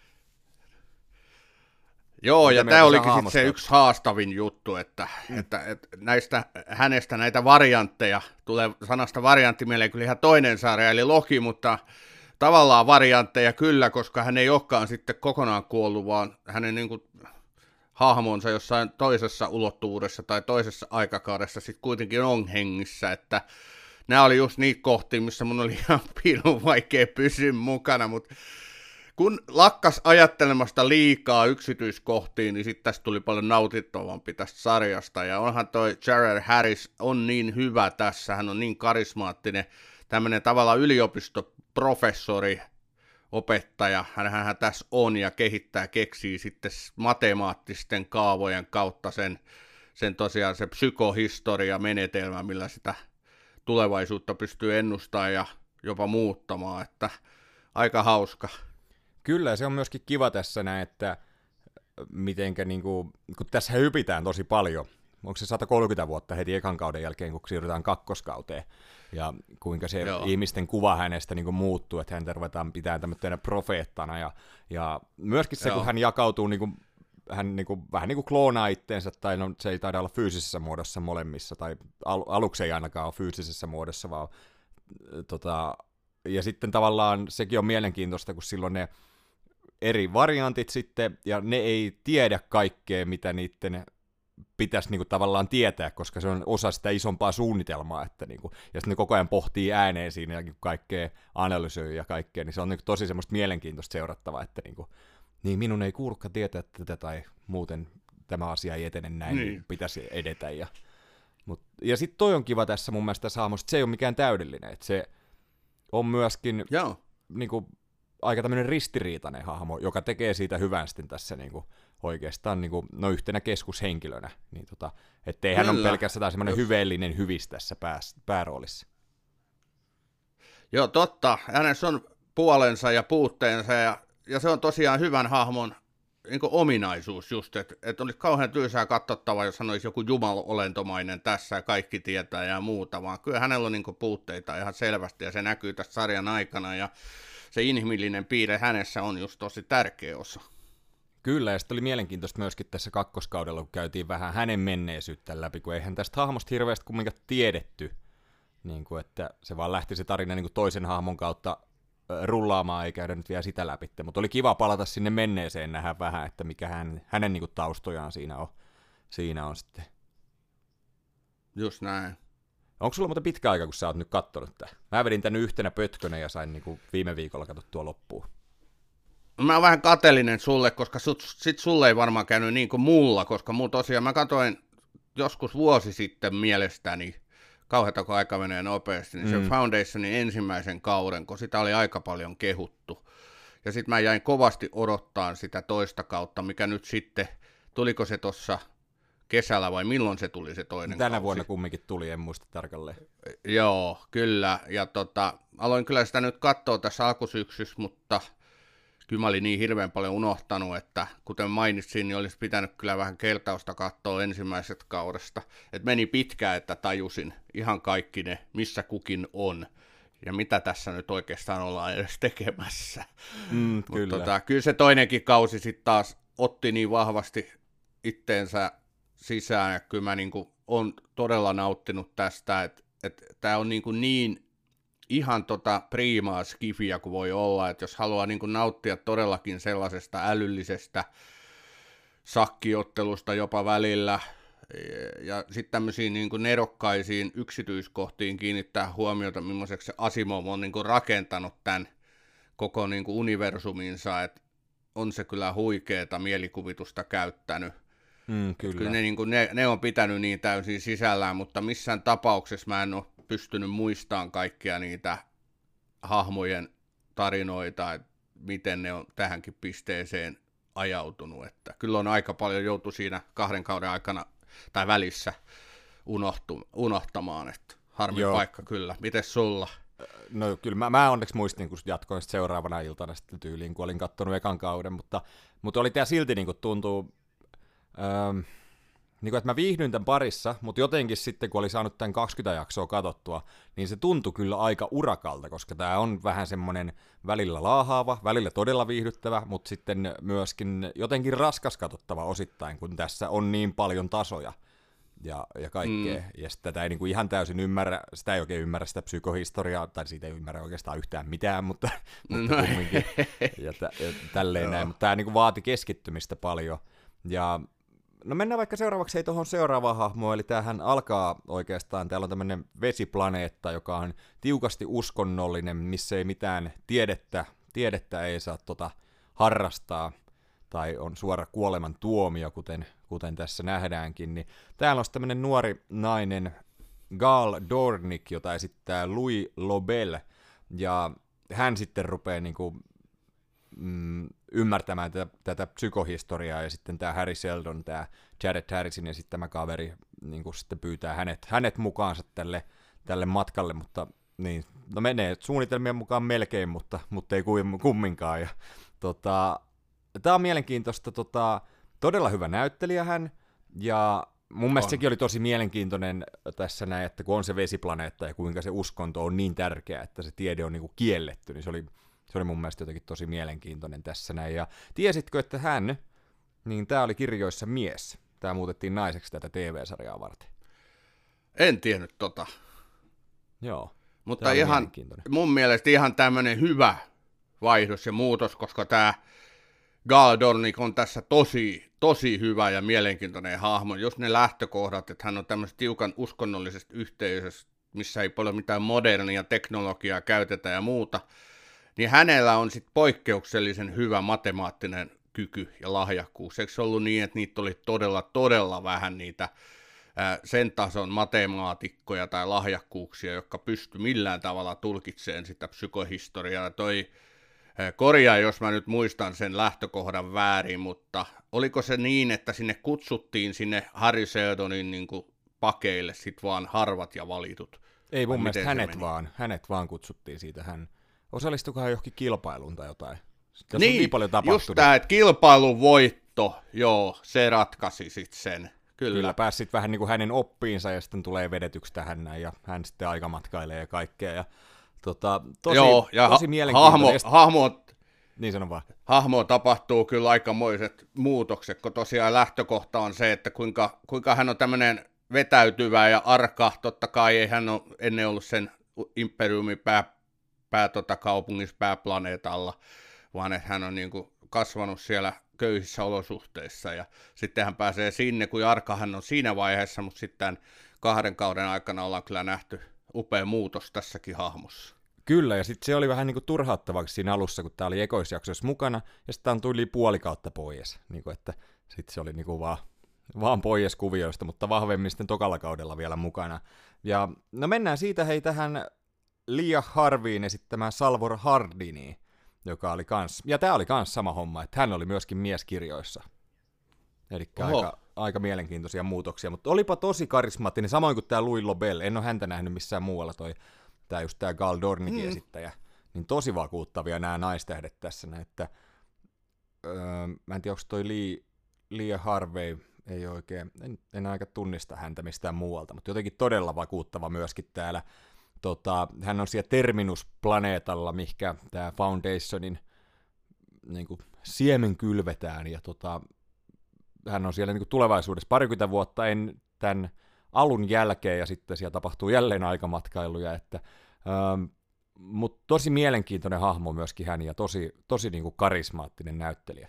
Joo, ja tämä olikin sitten se yksi haastavin juttu, että, mm. että, että näistä, hänestä näitä variantteja, tulee sanasta variantti mieleen kyllä ihan toinen sarja, eli Loki, mutta tavallaan variantteja kyllä, koska hän ei olekaan sitten kokonaan kuollut, vaan hänen niin kuin hahmonsa jossain toisessa ulottuvuudessa tai toisessa aikakaudessa sitten kuitenkin on hengissä, että nämä oli just niitä kohtia, missä mun oli ihan piilun vaikea pysyä mukana, mutta kun lakkas ajattelemasta liikaa yksityiskohtiin, niin sitten tästä tuli paljon nautittavampi tästä sarjasta, ja onhan toi Jared Harris on niin hyvä tässä, hän on niin karismaattinen, tämmöinen tavallaan yliopistoprofessori, opettaja, hänhän tässä on ja kehittää, keksii sitten matemaattisten kaavojen kautta sen, sen tosiaan se psykohistoria menetelmä, millä sitä tulevaisuutta pystyy ennustamaan ja jopa muuttamaan, että aika hauska. Kyllä, se on myöskin kiva tässä näin, että mitenkä niinku, kun tässä hypitään tosi paljon, onko se sata kolmekymmentä vuotta heti ekan kauden jälkeen, kun siirrytään kakkoskauteen, ja kuinka se Joo. ihmisten kuva hänestä niinku muuttuu, että häntä ruvetaan pitämään tämmöisenä profeettana, ja, ja myöskin se, Joo. kun hän jakautuu, niinku, hän niinku, vähän niin kuin kloonaa itteensä, tai no, se ei taida olla fyysisessä muodossa molemmissa, tai al- aluksi ei ainakaan ole fyysisessä muodossa, vaan tota, ja sitten tavallaan sekin on mielenkiintoista, kun silloin ne eri variantit sitten, ja ne ei tiedä kaikkea, mitä niiden pitäisi niinku tavallaan tietää, koska se on osa sitä isompaa suunnitelmaa, että niinku, ja sitten ne koko ajan pohtii ääneen siinä ja kaikkea analysoi ja kaikkea, niin se on niinku tosi semmoista mielenkiintoista seurattavaa, että niinku, niin minun ei kuulukaan tietää tätä, tai muuten tämä asia ei etene näin, niin, niin pitäisi edetä. Ja, mut, ja sitten toi on kiva tässä mun mielestä hahmosta, se ei ole mikään täydellinen, että se on myöskin niinku, aika tämmöinen ristiriitainen hahmo, joka tekee siitä hyvän sitten tässä niinku oikeastaan niinku, no yhtenä keskushenkilönä. Niin tota, ettei hän ole pelkästään semmoinen hyveellinen hyvis tässä pää, pääroolissa. Joo, totta. Hänessä on puolensa ja puutteensa, ja, ja se on tosiaan hyvän hahmon niin kuin ominaisuus just, että et olisi kauhean tyysää katsottavaa, jos hän olisi joku jumalolentomainen tässä ja kaikki tietää ja muuta, vaan kyllä hänellä on niin kuin puutteita ihan selvästi, ja se näkyy tässä sarjan aikana, ja se inhimillinen piirre hänessä on just tosi tärkeä osa. Kyllä, ja sitten oli mielenkiintoista myöskin tässä kakkoskaudella, kun käytiin vähän hänen menneisyyttä läpi, kun eihän tästä hahmosta hirveästi kumminkaan tiedetty, niin kuin, että se vaan lähti se tarina niin kuin toisen hahmon kautta rullaamaan, ei käydä nyt vielä sitä läpi, mutta oli kiva palata sinne menneeseen, nähdä vähän, että mikä hän, hänen niin kuin taustojaan siinä on, siinä on sitten. Just näin. Onko sulla muuten pitkä aika, kun sä oot nyt kattonut tämän? Mä vedin tän yhtenä pötkönä ja sain niin kuin viime viikolla katsottua loppuun. Mä oon vähän kateellinen sulle, koska sut, sit sulle ei varmaan käynyt niin kuin mulla, koska mulla tosiaan mä katsoin joskus vuosi sitten mielestäni, kauheata kun aika menee nopeasti, niin mm. se Foundationin ensimmäisen kauden, kun sitä oli aika paljon kehuttu. Ja sitten mä jäin kovasti odottaan sitä toista kautta, mikä nyt sitten, tuliko se tuossa kesällä vai milloin se tuli se toinen Tänä kausi? vuonna kumminkin tuli, en muista tarkalleen. Joo, kyllä. Ja tota, aloin kyllä sitä nyt katsoa tässä alkusyksyssä, mutta kyllä mä olin niin hirveän paljon unohtanut, että kuten mainitsin, niin olisi pitänyt kyllä vähän kertausta katsoa ensimmäisestä kaudesta. Et meni pitkään, että tajusin ihan kaikki ne, missä kukin on ja mitä tässä nyt oikeastaan ollaan edes tekemässä. Mm, kyllä. Mut tota, kyllä se toinenkin kausi sitten taas otti niin vahvasti itteensä sisään, ja kyllä mä niinku on todella nauttinut tästä, että et tämä on niinku niin ihan tota priimaa skifiä kuin voi olla, että jos haluaa niin kuin nauttia todellakin sellaisesta älyllisestä sakkiottelusta jopa välillä, ja sitten tämmöisiin niin kuin nerokkaisiin yksityiskohtiin kiinnittää huomiota, millaiseksi se Asimov on niin kuin rakentanut tämän koko niin kuin universuminsa, että on se kyllä huikeeta mielikuvitusta käyttänyt. Mm, kyllä. Kyllä ne, niin kuin, ne, ne on pitänyt niin täysin sisällään, mutta missään tapauksessa mä en ole pystynyt muistamaan kaikkia niitä hahmojen tarinoita, että miten ne on tähänkin pisteeseen ajautunut. Että kyllä on aika paljon joutu siinä kahden kauden aikana tai välissä unohtu, unohtamaan, että harmi Joo. paikka kyllä. Mites sulla? No kyllä mä, mä onneksi muistin, kun jatkoin seuraavana iltana sitten tyyliin, kun olin katsonut ekan kauden, mutta, mutta oli tämä silti niin kuin tuntuu, ähm, niin kuin, että mä viihdyin tämän parissa, mutta jotenkin sitten, kun oli saanut tämän kaksikymmentä jaksoa katsottua, niin se tuntui kyllä aika urakalta, koska tämä on vähän semmoinen välillä laahaava, välillä todella viihdyttävä, mutta sitten myöskin jotenkin raskas katsottava osittain, kun tässä on niin paljon tasoja ja, ja kaikkea. Mm. Ja tätä ei niin kuin ihan täysin ymmärrä, sitä ei oikein ymmärrä sitä psykohistoriaa, tai siitä ei ymmärrä oikeastaan yhtään mitään, mutta, mutta no. kumminkin. Ja, tä, ja tälleen näin, mutta tämä niin kuin vaati keskittymistä paljon. Ja no mennään vaikka seuraavaksi ei tuohon seuraavaan hahmoon, eli tämähän alkaa oikeastaan, täällä on tämmöinen vesiplaneetta, joka on tiukasti uskonnollinen, missä ei mitään tiedettä, tiedettä ei saa tota harrastaa, tai on suora kuoleman tuomio, kuten, kuten tässä nähdäänkin, niin täällä on tämmöinen nuori nainen, Gal Dornick, jota esittää Louis Lobel, ja hän sitten rupeaa niinku Mm, ymmärtämään tätä, tätä psykohistoriaa, ja sitten tämä Harry Seldon, tämä Jared Harrisin ja sitten tämä kaveri niin sitten pyytää hänet, hänet mukaansa tälle, tälle matkalle, mutta niin, no menee suunnitelmien mukaan melkein, mutta, mutta ei kumminkaan. Ja, tota, tämä on mielenkiintoista, tota, todella hyvä näyttelijä hän, ja mun mielestä on. Sekin oli tosi mielenkiintoinen tässä näin, että kun on se vesiplaneetta ja kuinka se uskonto on niin tärkeä, että se tiede on niin kuin kielletty, niin se oli Se oli mun mielestä jotenkin tosi mielenkiintoinen tässä näin. Ja tiesitkö, että hän, niin tää oli kirjoissa mies. Tää muutettiin naiseksi tätä T V-sarjaa varten. En tiennyt tota. Joo. Mutta ihan, mun mielestä ihan tämmönen hyvä vaihdos ja muutos, koska tää Gal Dornick on tässä tosi, tosi hyvä ja mielenkiintoinen hahmo. Jos ne lähtökohdat, että hän on tämmöisestä tiukan uskonnollisesta yhteisöstä, missä ei paljon mitään modernia teknologiaa käytetä ja muuta, niin hänellä on sitten poikkeuksellisen hyvä matemaattinen kyky ja lahjakkuus. Eikö se ollut niin, että niitä oli todella, todella vähän niitä ää, sen tason matemaatikkoja tai lahjakkuuksia, jotka pysty millään tavalla tulkitsemaan sitä psykohistoriaa. Toi Korjaa, jos mä nyt muistan sen lähtökohdan väärin, mutta oliko se niin, että sinne kutsuttiin sinne Harry Seldonin niin kuin pakeille sit vaan harvat ja valitut? Ei mun mielestä hänet vaan, hänet vaan kutsuttiin siitä. Hän osallistuikohan johonkin kilpailuun tai jotain. Tässä niin, niin paljon tapahtunut. Just tämä, että kilpailun voitto, joo, se ratkaisi sitten sen. Kyllä, Kyllä pääsi sitten vähän niin kuin hänen oppiinsa ja sitten tulee vedetyksi tähän näin ja hän sitten aikamatkailee ja kaikkea. Ja, tota, tosi, joo, ja tosi ha- mielenkiintoinen. Hahmo, hahmo, niin sanon vaan. Hahmo tapahtuu kyllä aikamoiset muutokset, kun tosiaan lähtökohta on se, että kuinka, kuinka hän on tämmöinen vetäytyvä ja arka. Totta kai ei hän ole ennen ollut sen imperiumin pää, pää tota, kaupungissa pääplaneetalla, vaan että hän on niin kuin kasvanut siellä köyhissä olosuhteissa ja sitten hän pääsee sinne, kun arka hän on siinä vaiheessa, mutta sitten kahden kauden aikana ollaan kyllä nähty upea muutos tässäkin hahmossa. Kyllä, ja sitten se oli vähän niinku turhauttavaksi siinä alussa, kun tämä oli ekoisjaksoissa mukana, ja sitten on tuli puoli kautta pois. Niinku, että sitten se oli niinku vaan, vaan pois kuvioista, mutta vahvemmin sitten tokalla kaudella vielä mukana. Ja no mennään siitä hei tähän Lia Harveyin esittämään Salvor Hardiniin, joka oli kans, ja tämä oli kans sama homma, että hän oli myöskin mieskirjoissa. Eli aika, aika mielenkiintoisia muutoksia, mutta olipa tosi karismaattinen, samoin kuin tämä Louis Lobel, en ole häntä nähnyt missään muualla, toi tämä just tämä Gal Dornicin mm. esittäjä, niin tosi vakuuttavia nämä naistähdet tässä, että öö, mä en tiedä, onko toi Lee, Lia Harvey, ei oikein, en, en aika tunnista häntä mistään muualta, mutta jotenkin todella vakuuttava myöskin täällä. Tota, hän on siellä Terminus-planeetalla, mihinkä tämä Foundationin niin kuin, siemen kylvetään, ja tota, hän on siellä niin kuin tulevaisuudessa parikymmentä vuotta en tämän alun jälkeen, ja sitten siellä tapahtuu jälleen aikamatkailuja, että, ähm, mutta tosi mielenkiintoinen hahmo myöskin hän, ja tosi, tosi niin kuin karismaattinen näyttelijä.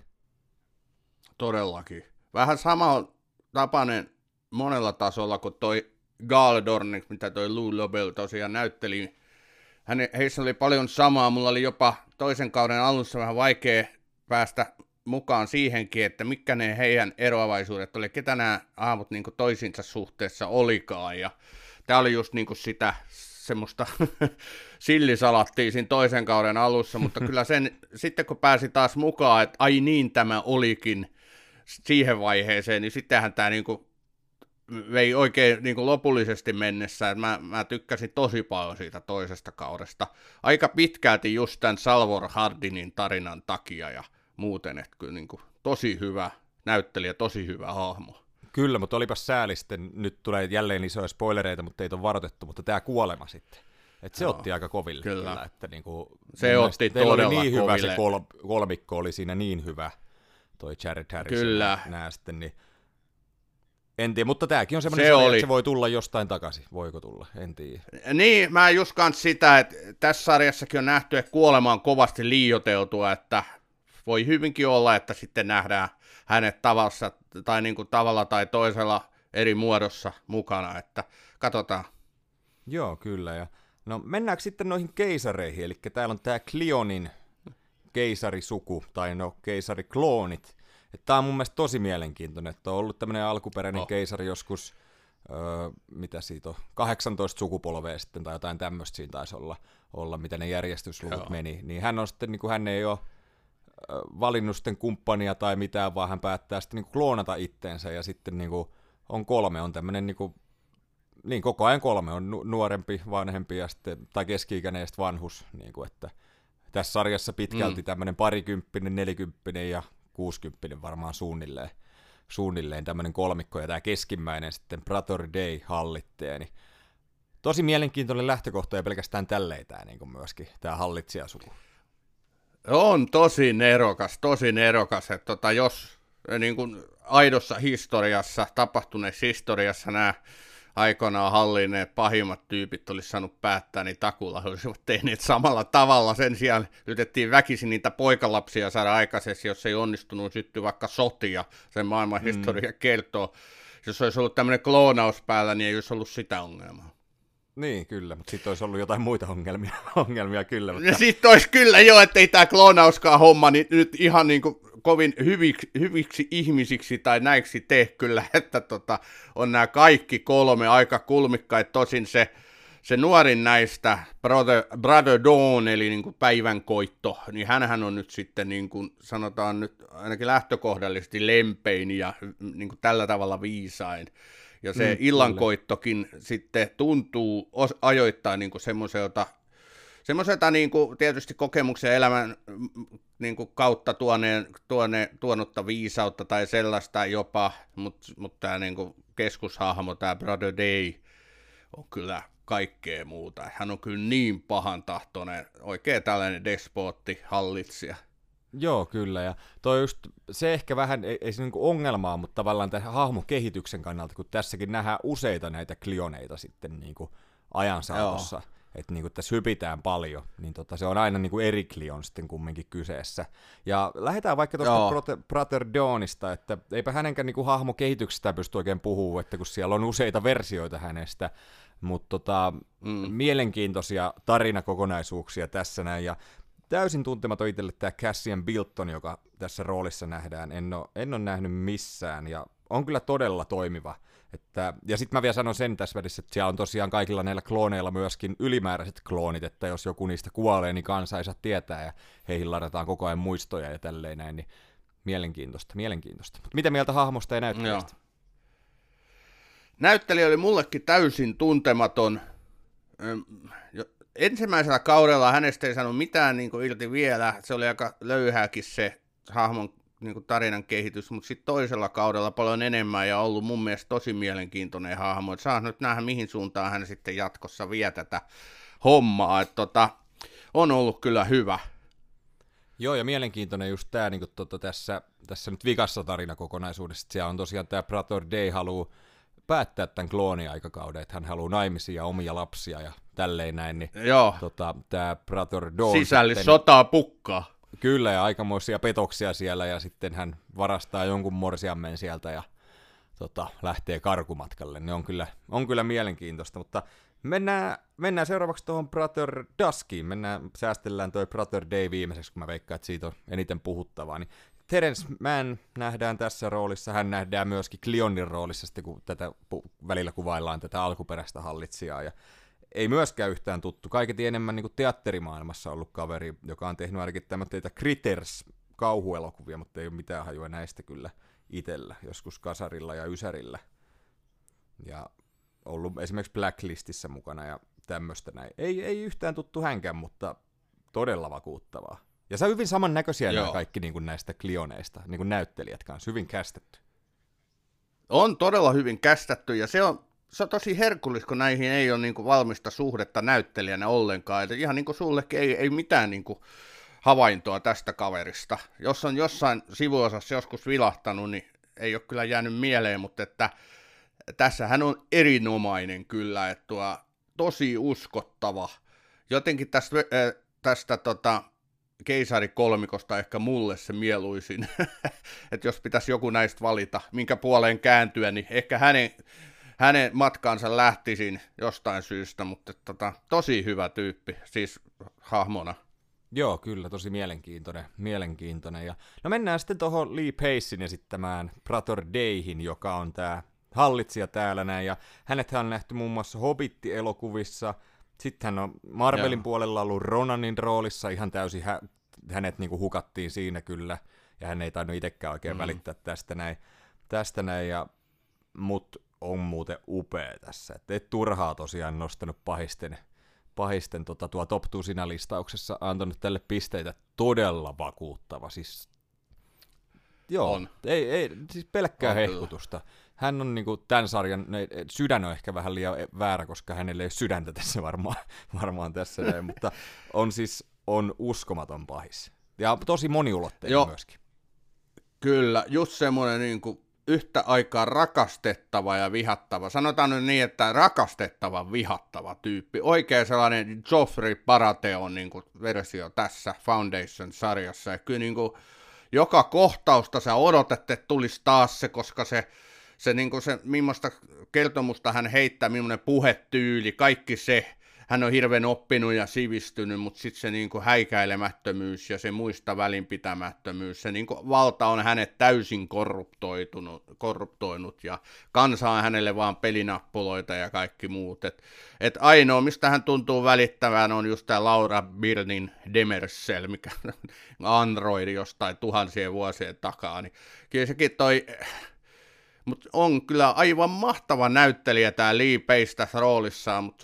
Todellakin. Vähän sama tapainen monella tasolla kuin toi Gal Dornick, mitä toi Lou Lobel tosiaan näytteli. Häne, heissä oli paljon samaa, mulla oli jopa toisen kauden alussa vähän vaikea päästä mukaan siihenkin, että mitkä ne heidän eroavaisuudet oli, ketä nämä aamut niin toisinsa suhteessa olikaan, ja tämä oli just niin sitä semmoista sillisalattia siinä toisen kauden alussa, mutta kyllä sen, sitten kun pääsi taas mukaan, että ai niin tämä olikin siihen vaiheeseen, niin sittenhän tämä niin kuin vei oikein niin kuin lopullisesti mennessä, että mä, mä tykkäsin tosi paljon siitä toisesta kaudesta, aika pitkälti just tämän Salvor Hardinin tarinan takia ja muuten, että kyllä niin kuin tosi hyvä näyttelijä, tosi hyvä hahmo. Kyllä, mutta olipas sääli sitten, nyt tulee jälleen isoja spoilereita, mutta ei ole varoitettu, mutta tämä kuolema sitten. Että se Joo, otti aika koville. Kyllä. Kyllä että niinku, se otti todella oli niin koville. hyvä, se kol, kolmikko oli siinä niin hyvä, toi Jared Harrison. Kyllä. Nää sitten, niin en tiedä, mutta tämäkin on semmoinen se sarja, oli. että se voi tulla jostain takaisin. Voiko tulla? En tiedä. Niin, mä just kans sitä, että tässä sarjassakin on nähty, että kuolema on kovasti liioiteltua, että voi hyvinkin olla, että sitten nähdään hänet tavalla tai, niin kuin tavalla tai toisella eri muodossa mukana, että katsotaan. Joo, kyllä. Ja no mennäänkö sitten noihin keisareihin, eli täällä on tämä Cleonin keisarisuku, tai no keisarikloonit. Tämä on mun mielestä tosi mielenkiintoinen, että on ollut tämmöinen alkuperäinen oh. keisari joskus, öö, mitä siitä on, kahdeksantoista sukupolvea sitten, tai jotain tämmöistä siinä taisi olla, olla mitä ne järjestysluvut Joo. meni. Niin hän on sitten, niin kuin hän ei ole valinnut sitten kumppania tai mitään, vaan hän päättää sitten niin kuin kloonata itteensä, ja sitten niin kuin on kolme, on tämmöinen niin kuin, niin koko ajan kolme, on nu- nuorempi, vanhempi, ja sitten, tai keski-ikäinen ja sitten vanhus, niin kuin, että tässä sarjassa pitkälti mm. tämmöinen parikymppinen, nelikymppinen ja kuusikymppinen varmaan suunnilleen, suunnilleen tämmöinen kolmikko, ja tämä keskimmäinen sitten Praetor Day hallitsee, niin tosi mielenkiintoinen lähtökohta, ja pelkästään tälleen tämä niin kuin myöskin, tämä hallitsijasuku. On tosi nerokas, tosi nerokas, että tota, jos niin kuin aidossa historiassa, tapahtuneessa historiassa nämä aikoinaan hallinneet pahimmat tyypit olisi saanut päättää, niin takulla olisivat tehneet samalla tavalla. Sen sijaan yritettiin väkisin niitä poikalapsia saada aikaisesti, jos ei onnistunut, syttyi vaikka sotia, sen maailman mm. historia kertoo. Jos olisi ollut tämmöinen kloonaus päällä, niin ei olisi ollut sitä ongelmaa. Niin, kyllä, mutta sitten olisi ollut jotain muita ongelmia, ongelmia kyllä. Mutta... Sitten olisi kyllä jo, ettei tämä kloonauskaan homma niin nyt ihan niin kuin kovin hyviksi, hyviksi ihmisiksi tai näiksi tee kyllä, että tota, on nämä kaikki kolme aika kulmikkaita. Tosin se se nuorin näistä, Brother, Brother Dawn, eli niin kuin päivänkoitto, niin hänhän on nyt sitten, niin kuin sanotaan nyt ainakin lähtökohdallisesti lempein ja niin kuin tällä tavalla viisain. Ja se mm, illankoittokin kyllä. sitten tuntuu os, ajoittain niin kuin semmoiselta, semmoiselta niin kuin tietysti kokemuksen elämän niin kuin kautta tuoneen, tuone, tuonutta viisautta tai sellaista jopa, mutta mut tämä niin kuin keskushahmo, tämä Brother Day, on kyllä kaikkea muuta. Hän on kyllä niin pahan tahtoinen, oikein tällainen despootti, hallitsija. Joo, kyllä, ja toi just, se ehkä vähän, ei, ei se niinku ongelmaa, mutta tavallaan tämän hahmokehityksen kannalta, kun tässäkin nähdään useita näitä klioneita sitten niinku ajan saatossa, että niinku tässä hypitään paljon, niin tota, se on aina niinku eri klion sitten kumminkin kyseessä. Ja lähdetään vaikka tuosta Brother Dawnista, että eipä hänenkään niinku hahmokehityksestä pysty oikein puhumaan, että kun siellä on useita versioita hänestä, mutta tota, mm. mielenkiintoisia tarinakokonaisuuksia tässä näin, ja täysin tuntematon itselle tämä Cassian Bilton, joka tässä roolissa nähdään, en ole, en ole nähnyt missään, ja on kyllä todella toimiva. Että, ja sitten mä vielä sanon sen tässä välissä, että siellä on tosiaan kaikilla näillä klooneilla myöskin ylimääräiset kloonit, että jos joku niistä kuolee, niin kansa ei saa tietää, ja heihin ladataan koko ajan muistoja ja tälleen näin, niin mielenkiintoista, mielenkiintoista. Mutta mitä mieltä hahmosta ja näyttelijästä? Joo. Näyttelijä oli mullekin täysin tuntematon. Ensimmäisellä kaudella hänestä ei saanut mitään niin kuin irti vielä, se oli aika löyhääkin se hahmon niin kuin tarinan kehitys, mutta sitten toisella kaudella paljon enemmän ja ollut mun mielestä tosi mielenkiintoinen hahmo. Et saa nyt nähdä, mihin suuntaan hän sitten jatkossa vie tätä hommaa. Et tota, on ollut kyllä hyvä. Joo, ja mielenkiintoinen just tämä niin tota, tässä, tässä nyt vikassa tarinakokonaisuudessa. Siellä on tosiaan tämä Brother Day haluaa päättää tämän klooniaikakauden, että hän haluaa naimisia ja omia lapsia ja tälleen näin, niin joo. Tota, tämä Brother Dawn sisällissotaa pukkaa. Kyllä, ja aikamoisia petoksia siellä, ja sitten hän varastaa jonkun morsiammen sieltä ja tota, lähtee karkumatkalle. Ne on kyllä, on kyllä mielenkiintoista, mutta mennään, mennään seuraavaksi tuohon Brother Duskiin. Mennään, säästellään toi Brother Day viimeiseksi, kun mä veikkaan, että siitä on eniten puhuttavaa. Niin Terence Mann nähdään tässä roolissa, hän nähdään myöskin Cleonin roolissa, sitten kun tätä pu- välillä kuvaillaan tätä alkuperäistä hallitsijaa, ja ei myöskään yhtään tuttu, kaiketi enemmän niin kuin teatterimaailmassa ollut kaveri, joka on tehnyt ainakin tämmöitä Critters-kauhuelokuvia, mutta ei ole mitään hajua näistä kyllä itsellä, joskus Kasarilla ja Ysärillä, ja ollut esimerkiksi Blacklistissä mukana ja tämmöistä näin. Ei, ei yhtään tuttu hänkään, mutta todella vakuuttavaa. Ja se on hyvin samannäköisiä nämä kaikki niin kuin näistä klioneista, niin kuin näyttelijät kanssa, hyvin kästetty. On todella hyvin kästetty, ja se on, se on tosi herkullis, kun näihin ei ole niin kuin valmista suhdetta näyttelijänä ollenkaan. Eli ihan niin kuin sullekin ei, ei mitään niin kuin havaintoa tästä kaverista. Jos on jossain sivuosassa joskus vilahtanut, niin ei ole kyllä jäänyt mieleen, mutta että tässä hän on erinomainen kyllä, että tuo, tosi uskottava. Jotenkin tästä, äh, tästä tota, keisarikolmikosta ehkä mulle se mieluisin, että jos pitäisi joku näistä valita, minkä puoleen kääntyä, niin ehkä hänen, hänen matkaansa lähtisin jostain syystä, mutta tota, tosi hyvä tyyppi, siis hahmona. Joo, kyllä, tosi mielenkiintoinen, mielenkiintoinen. Ja, no mennään sitten tuohon Lee Pacein esittämään Brother Dayhin, joka on tämä hallitsija täällä näin, ja hänethän on nähty muun muassa Hobbit-elokuvissa. Sitten hän on Marvelin Joo. puolella ollut Ronanin roolissa, ihan täysin hä- hänet niinku hukattiin siinä kyllä, ja hän ei tainnut itsekään oikein mm. välittää tästä näin, tästä näin ja, mut on muuten upea tässä, et et turhaa tosiaan nostanut pahisten, pahisten tota, tuo top tusina listauksessa, antanut tälle pisteitä, todella vakuuttava, siis joo, on. Ei, ei, siis pelkkää on hehkutusta. Kyllä. Hän on niinku tämän sarjan, ne, sydän on ehkä vähän liian väärä, koska hänellä ei ole sydäntä tässä varmaan, varmaan tässä näin, mutta on siis on uskomaton pahis. Ja tosi moniulotteinen Joo. myöskin. Kyllä, just semmoinen niinku yhtä aikaa rakastettava ja vihattava. Sanotaan nyt niin, että rakastettava, vihattava tyyppi. Oikein sellainen Joffrey Baratheon niinku versio tässä Foundation-sarjassa. Ja kyllä niinku joka kohtausta sä odotat, että tulisi taas se, koska se Se, niin se, millaista kertomusta hän heittää, millainen puhetyyli, kaikki se. hän on hirveän oppinut ja sivistynyt, mutta sitten se niin kuin häikäilemättömyys ja se muista välinpitämättömyys, se niin kuin valta on hänet täysin korruptoitunut, korruptoinut ja kansa on hänelle vaan pelinappuloita ja kaikki muut. Et, et ainoa, mistä hän tuntuu välittävän, on just tämä Laura Birnin Demersel, mikä Android jostain tuhansien vuosien takaa. Niin kyllä sekin toi... Mutta on kyllä aivan mahtava näyttelijä tämä Lee Pace tässä roolissaan, mutta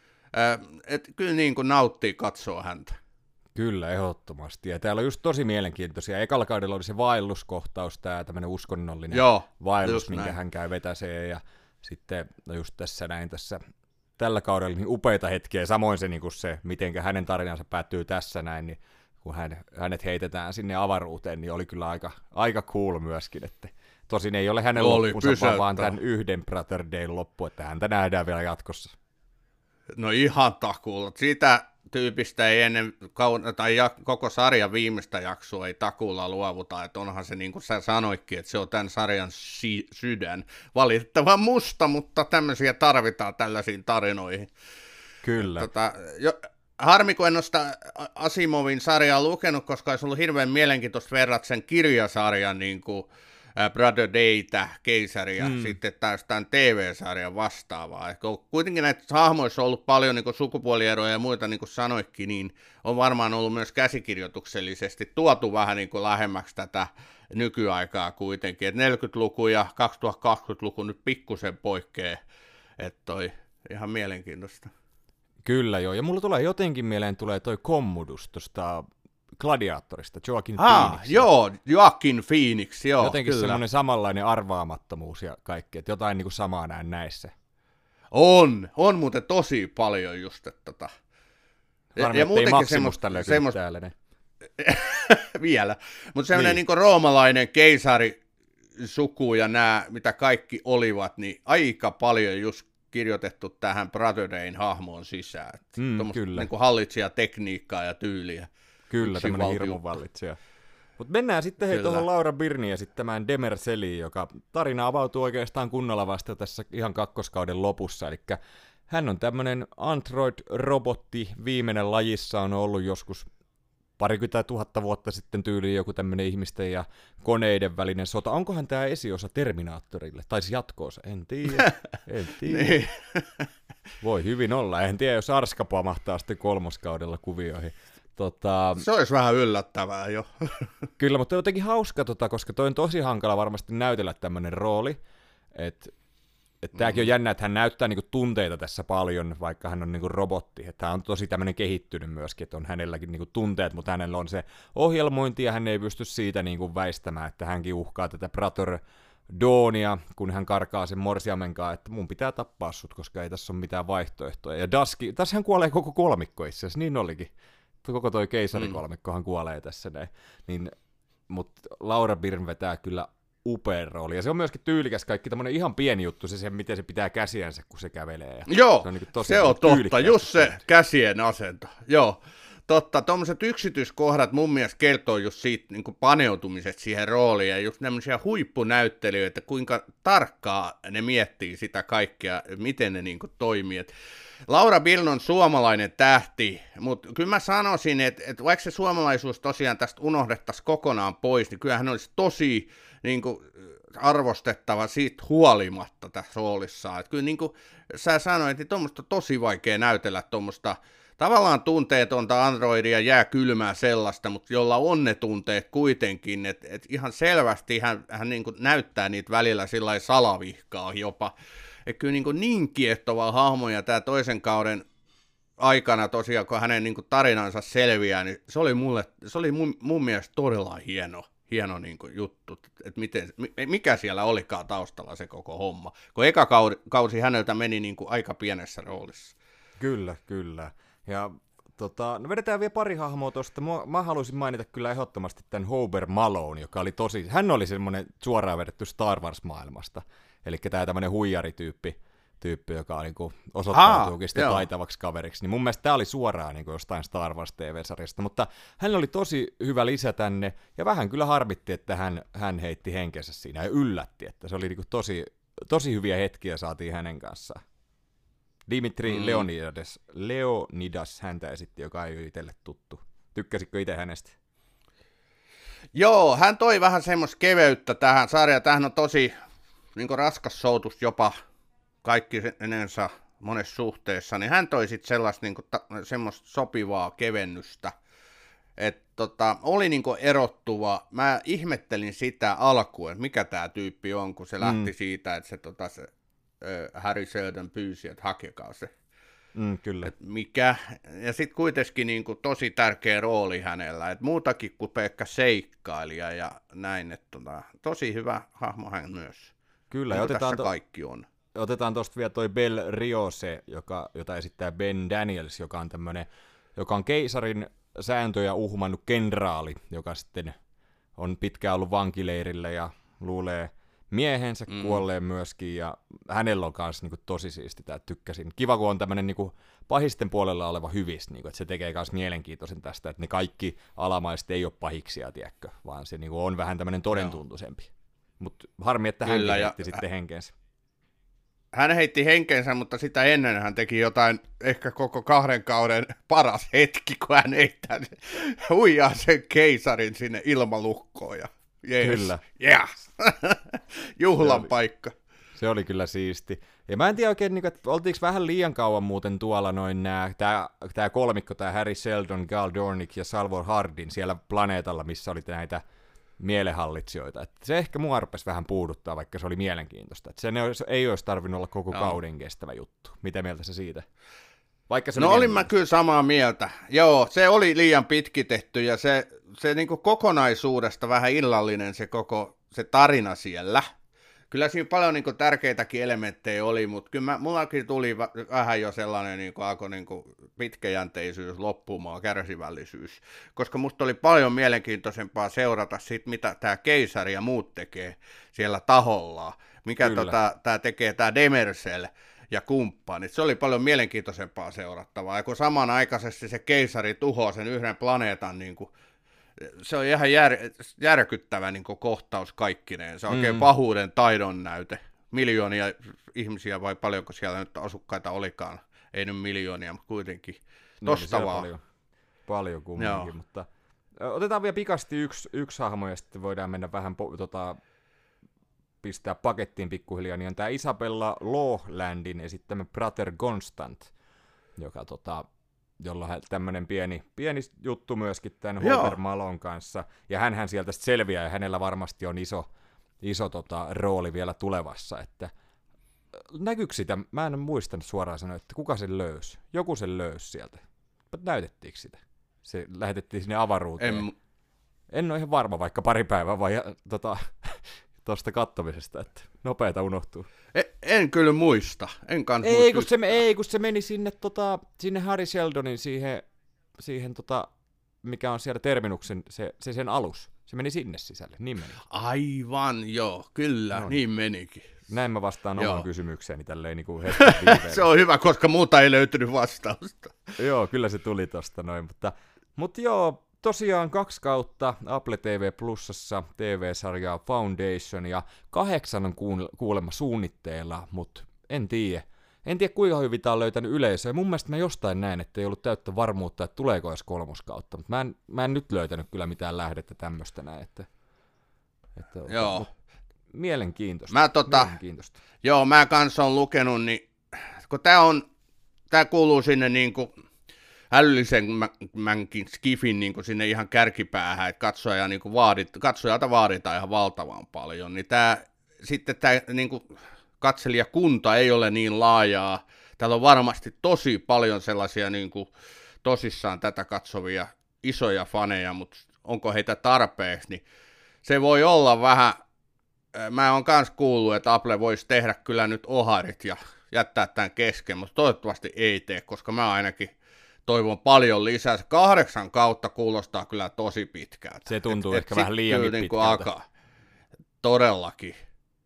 et kyllä niin kuin nauttii katsoa häntä. Kyllä, ehdottomasti. Ja täällä on just tosi mielenkiintoisia. Ekalla kaudella oli se vaelluskohtaus, tämä tämmöinen uskonnollinen Joo, vaellus, minkä näin. hän käy vetäseen. Ja sitten no just tässä näin tässä tällä kaudella niin upeita hetkiä. Samoin se, niin kuin se, miten hänen tarinansa päättyy tässä näin, niin kun hän, hänet heitetään sinne avaruuteen, niin oli kyllä aika, aika cool myöskin. Että tosin ei ole hänen Oli loppunsa, pysäyttää. vaan tämän yhden Brother Dayn loppu, että häntä nähdään vielä jatkossa. No ihan takuulla. Sitä tyypistä ei ennen kau- tai ja, koko sarjan viimeistä jaksoa ei takuulla luovuta, että onhan se niin kuin sä sanoitkin, että se on tämän sarjan si- sydän. Valitettavan musta, mutta tämmöisiä tarvitaan tällaisiin tarinoihin. Kyllä. Tota, jo, harmi, kun en ole sitä Asimovin sarjaa lukenut, koska olisi ollut hirveän mielenkiintoista verrata sen kirjasarjan niin kuin Brother Daytä, Keisaria, mm. sitten taas tämän T V-sarjan vastaavaa. Et kuitenkin näitä hahmoissa on ollut paljon niin kuin sukupuolieroja ja muita, niin kuin sanoitkin, niin on varmaan ollut myös käsikirjoituksellisesti tuotu vähän niin kuin lähemmäksi tätä nykyaikaa kuitenkin. Et neljäkymmentäluku ja kaksituhattakaksikymmentäluku nyt pikkusen poikkeaa, että toi ihan mielenkiintoista. Kyllä joo, ja mulla tulee jotenkin mieleen tulee toi Commodus tuosta Gladiatorista, Joaquin Ah, Phoenix. joo, Joaquin Phoenix, joo, jotenkin kyllä. semmoinen samanlainen arvaamattomuus ja kaikki, että jotain niin kuin samaa näen näissä. On, on muuten tosi paljon just, että tota... Harmi, ja, ettei Maximusta löytynyt semmos... täällä. Ne. Vielä, mutta semmoinen Niin. niin roomalainen keisarisuku ja nämä, mitä kaikki olivat, niin aika paljon just kirjoitettu tähän Brother Dayn hahmoon sisään. Mm, kyllä. Niin kuin hallitsijatekniikkaa ja tyyliä. Kyllä, tämmöinen Yksinvaltiutta. hirmunvallitsija. Mutta mennään sitten hei, Kyllä. tuohon Laura Birnin esittämään Demerseliin, joka tarina avautuu oikeastaan kunnolla vasta tässä ihan kakkoskauden lopussa. Eli hän on tämmöinen android-robotti, viimeinen lajissa on ollut joskus parikymmentä tuhatta vuotta sitten tyyliin joku tämmöinen ihmisten ja koneiden välinen sota. Onkohan tämä esiosa Terminaattorille? Taisi jatko-osa? En tiedä. En tiedä. Niin. Voi hyvin olla. En tiedä, jos Arska pamahtaa sitten kolmoskaudella kuvioihin. Tota, Se olisi vähän yllättävää jo. kyllä, mutta on jotenkin hauska, tota, koska toi on tosi hankala varmasti näytellä tämmöinen rooli. Että et tämäkin on jännä, että hän näyttää niinku tunteita tässä paljon, vaikka hän on niinku robotti. Että hän on tosi tämmöinen kehittynyt myöskin, että on hänelläkin niinku tunteet, mutta hänellä on se ohjelmointi ja hän ei pysty siitä niinku väistämään, että hänkin uhkaa tätä Brother Dawnia, kun hän karkaa sen morsiamenkaan, että mun pitää tappaa sut, koska ei tässä ole mitään vaihtoehtoja. Ja Dusky, tässä hän kuolee koko kolmikko itse asiassa, niin olikin. Koko toi keisarikolmikkohan mm. kuolee tässä näin. Niin, mutta Laura Byrne vetää kyllä upean rooli. Ja se on myöskin tyylikäs kaikki tämmönen ihan pieni juttu, se, se miten se pitää käsiänsä, kun se kävelee. Ja Joo, se on, niin tosi se on totta, tyylikkäästi just se tehty. käsien asento. Joo, totta, tuommoiset yksityiskohdat mun mielestä kertoo just siitä niin kuin paneutumisesta siihen rooliin ja just tämmöisiä huippunäyttelijöitä, kuinka tarkkaa ne miettii sitä kaikkea, miten ne niin kuin toimii. Et Laura Byrne on suomalainen tähti, mutta kyllä mä sanoisin, että, että vaikka se suomalaisuus tosiaan tästä unohdettaisiin kokonaan pois, niin kyllähän olisi tosi niin kuin, arvostettava siitä huolimatta tässä roolissaan. Että kyllä niin kuin sä sanoit, niin tuommoista on tosi vaikea näytellä tuommoista tavallaan tunteetonta androidia, jää kylmää sellaista, mutta jolla on ne tunteet kuitenkin, että et ihan selvästi hän, hän niin kuin näyttää niitä välillä sillä salavihkaa jopa. Että kyllä niin, niin kiehtova hahmo, ja tämä toisen kauden aikana tosiaan, kun hänen niin kuin tarinansa selviää, niin se oli, mulle, se oli mun, mun mielestä todella hieno, hieno niin kuin juttu, että miten, mikä siellä olikaan taustalla se koko homma. Kun eka kausi häneltä meni niin kuin aika pienessä roolissa. Kyllä, kyllä. Ja tota, no vedetään vielä pari hahmoa tuosta. Mä, mä haluaisin mainita kyllä ehdottomasti tämän Hober Malone, joka oli tosi, hän oli semmoinen suoraan vedetty Star Wars-maailmasta. Eli tämä tämmöinen huijarityyppi, tyyppi, joka on niinku osoittautuukin sitten taitavaksi kaveriksi. Niin mun mielestä tämä oli suoraan niinku jostain Star Wars T V-sarjasta, mutta hän oli tosi hyvä lisä tänne, ja vähän kyllä harmitti, että hän, hän heitti henkensä siinä ja yllätti, että se oli niinku tosi, tosi hyviä hetkiä saatiin hänen kanssaan. Dimitri Mm. Leonidas, Leonidas häntä esitti, joka ei ole itselle tuttu. Tykkäsitkö itse hänestä? Joo, hän toi vähän semmoista keveyttä tähän sarjaan. Tämähän on tosi niin raskas soutus jopa kaikki enensä monessa suhteessa, niin hän toi sitten sellaista niin ta- semmoista sopivaa kevennystä, että tota, oli niin erottuva. Mä ihmettelin sitä alkuun, että mikä tämä tyyppi on, kun se lähti Mm. siitä, että se, tota, se äh, Harry Sheldon pyysi, että hakekaa se. Mm, kyllä. Et mikä, ja sitten kuitenkin niin kuin tosi tärkeä rooli hänellä, että muutakin kuin pelkkä seikkailija ja näin, että tota, tosi hyvä hahmo hän myös. Kyllä, Niin ja kuin otetaan, tässä to, kaikki on. otetaan tuosta vielä toi Bell Riose, joka, jota esittää Ben Daniels, joka on tämmönen, joka on keisarin sääntöjä uhmannut kenraali, joka sitten on pitkään ollut vankileirillä ja luulee miehensä Mm. kuolleen myöskin, ja hänellä on myös niinku tosi siisti, tää tykkäsin. Kiva, kun on tämmöinen niinku pahisten puolella oleva hyvis, niinku, että se tekee myös mielenkiintoisen tästä, että ne kaikki alamaiset ei ole pahiksia, tiedätkö, vaan se niinku on vähän tämmöinen todentuntuisempi. Mutta harmi, että hän Kyllä, ja- heitti sitten henkeensä. Hän heitti henkensä, mutta sitä ennen hän teki jotain, ehkä koko kahden kauden paras hetki, kun hän heittää sen, huijaa sen keisarin sinne ilmalukkoon. Ja jees, Kyllä. Yeah. Juhlan Se oli- paikka. Se oli kyllä siisti. Ja mä en tiedä oikein, niin että oltiinko vähän liian kauan muuten tuolla noin nää, tää, tää kolmikko, tää Harry Sheldon, Gal Dornick ja Salvor Hardin siellä planeetalla, missä oli näitä mielenhallitsijoita. Et se ehkä mua rupesi vähän puuduttaa, vaikka se oli mielenkiintoista. Et se ne olisi, ei olisi tarvinnut olla koko No. kauden kestävä juttu. Mitä mieltä sä siitä? Vaikka se No oli olin mä mielenkiintoista. kyllä samaa mieltä. Joo, se oli liian pitkitetty ja se, se niinku kokonaisuudesta vähän illallinen se koko se tarina siellä. Kyllä siinä paljon niinku tärkeitäkin elementtejä oli, mutta kyllä mä, mullakin tuli va- vähän jo sellainen niinku, alkoi niinku pitkäjänteisyys loppumaan, kärsivällisyys. Koska musta oli paljon mielenkiintoisempaa seurata sit, mitä tämä keisari ja muut tekee siellä tahollaan. Mikä Kyllä. tota, tämä tekee tämä Demersel ja kumppanit. Se oli paljon mielenkiintoisempaa seurattavaa. Ja kun samanaikaisesti se keisari tuhoaa sen yhden planeetan, niin kuin, se on ihan jär, järkyttävä niin kuin kohtaus kaikkineen. Se on oikein Mm. pahuuden taidon näyte. Miljoonia ihmisiä vai paljonko siellä nyt asukkaita olikaan. Ei nyt miljoonia, mutta kuitenkin. No, oli Tosta siellä vaan. Paljon, paljon kumminkin, Joo. mutta ö, otetaan vielä pikasti yksi, yksi hahmo ja sitten voidaan mennä vähän po, tota, pistää pakettiin pikkuhiljaa, niin on tämä Isabella Lawlandin esittämä Brother Constant, joka tota, jolla on tämmöinen pieni, pieni juttu myöskin tämän Joo. Homer Malon kanssa, ja hänhän sieltä sitten selviää, ja hänellä varmasti on iso, iso tota, rooli vielä tulevassa, että näkyykö sitä, mä en muista suoraan sanoa, että kuka sen löysi, joku sen löysi sieltä, näytettiinkö sitä? Se lähetettiin sinne avaruuteen. En, En ole ihan varma, vaikka pari päivää vai tota, tuosta kattomisesta, että nopeeta unohtuu. en, en kyllä muista. En kans Ei muista kun, se, yhtään. ei, kun se meni sinne, tota, sinne Harry Sheldonin siihen, siihen tota, mikä on siellä Terminuksen, se, se sen alus. Se meni sinne sisälle, niin meni. Aivan, joo, kyllä, No niin menikin. Näin mä vastaan Joo. oman kysymykseeni tälleen niin kuin hetken viiveellä. Se on hyvä, koska muuta ei löytynyt vastausta. Joo, kyllä se tuli tosta noin, mutta, mutta joo, tosiaan kaksi kautta Apple T V Plusassa T V-sarjaa Foundation ja kahdeksan on kuul- kuulemma suunnitteilla, mutta en tiedä. En tiedä kuinka hyvin tää on löytänyt yleisöä. Mun mielestä mä jostain näin, että ei ollut täyttä varmuutta, että tuleeko edes kolmoskautta, mutta mä en, mä en nyt löytänyt kyllä mitään lähdettä tämmöstä näin, että, että Joo. mut mielenkiintoista. Mä tota- mielenkiintoista. Joo, mä kanssa on lukenut, niin kun tää on, tää kuuluu sinne niinku älyllisemmänkin skifin niinku sinne ihan kärkipäähän, että katsoja niinku vaadit, katsojalta vaaditaan ihan valtavan paljon, niin tää, sitten tää niinku katselijakunta ei ole niin laajaa, täällä on varmasti tosi paljon sellaisia niinku tosissaan tätä katsovia isoja faneja, mutta onko heitä tarpeeksi, niin se voi olla vähän. Mä oon kans kuullut, että Apple voisi tehdä kyllä nyt oharit ja jättää tämän kesken, mutta toivottavasti ei tee, koska mä ainakin toivon paljon lisää. Se kahdeksan kautta kuulostaa kyllä tosi pitkältä. Se tuntuu Et- ehkä et vähän sit liiankin kyllä niinku pitkältä. alkaa. Todellakin.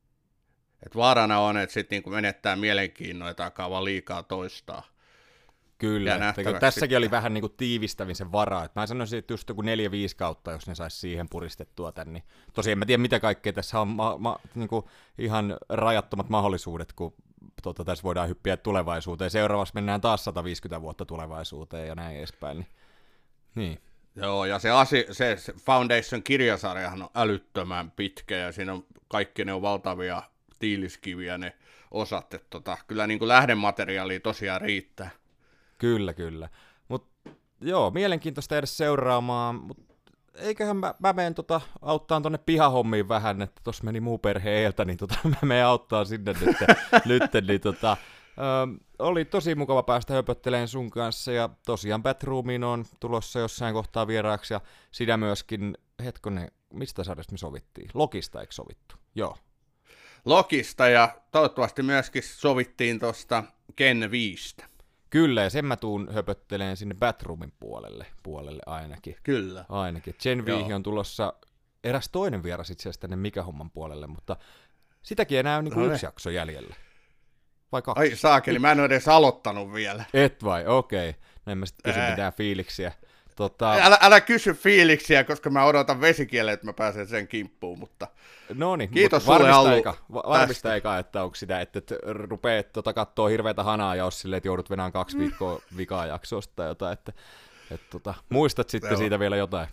Et vaarana on, että sitten niinku menettää mielenkiinnoa, että alkaa vaan liikaa toistaa. Kyllä, Ja että nähtäväksi kun tässäkin sitten. oli vähän niin kuin tiivistämisen varaa. Että mä sanoisin, että just joku neljä viisi kautta, jos ne sais siihen puristettua tän. Niin tosiaan en mä tiedä, mitä kaikkea tässä on ma- ma- niin kuin ihan rajattomat mahdollisuudet, kun tota, tässä voidaan hyppiä tulevaisuuteen. Seuraavaksi mennään taas sata viisikymmentä vuotta tulevaisuuteen ja näin edespäin. Niin. niin. Joo, ja se, asi, se, se Foundation-kirjasarjahan on älyttömän pitkä, ja siinä on kaikki ne on valtavia tiiliskiviä ne osat, että tota, kyllä niin kuin lähdemateriaalia tosiaan riittää. Kyllä, kyllä. Mutta joo, mielenkiintoista edes seuraamaan, mutta eiköhän mä, mä menen tota, auttaa tonne pihahommiin vähän, että tossa meni muu perhe eiltä, niin tota, mä menen auttaa sinne nyt, nyt niin tota, ö, oli tosi mukava päästä höpöttelemään sun kanssa, ja tosiaan Batroomiin on tulossa jossain kohtaa vieraaksi, ja sinä myöskin, hetkonen, mistä sarjasta me sovittiin? Lokista eikö sovittu? Joo. Lokista, ja toivottavasti myöskin sovittiin tuosta Gen viistä. Kyllä, ja sen mä tuun höpötteleen sinne Batroomin puolelle, puolelle ainakin. Kyllä. Ainakin. Gen viisi on tulossa eräs toinen vieras itse asiassa tänne Mikä Homman puolelle, mutta sitäkin enää on niin kuin no yksi ne. jakso jäljellä. Vai kaksi? Ai saakeli, mä en ole edes aloittanut vielä. Et vai, okei. Okay. No en mä sitten kysy mitään fiiliksiä. Tota... Älä, älä kysy fiiliksiä, koska mä odotan vesikielen, että mä pääsen sen kimppuun, mutta no niin, kiitos sulle Allu. Varmista eka, että onko sitä, että, että rupeat tota, katsoa hirveätä hanaa ja jos silleen, että joudut venään kaksi viikkoa vikaa jaksosta tai jotain, että, että tota, muistat sitten Joo. siitä vielä jotain.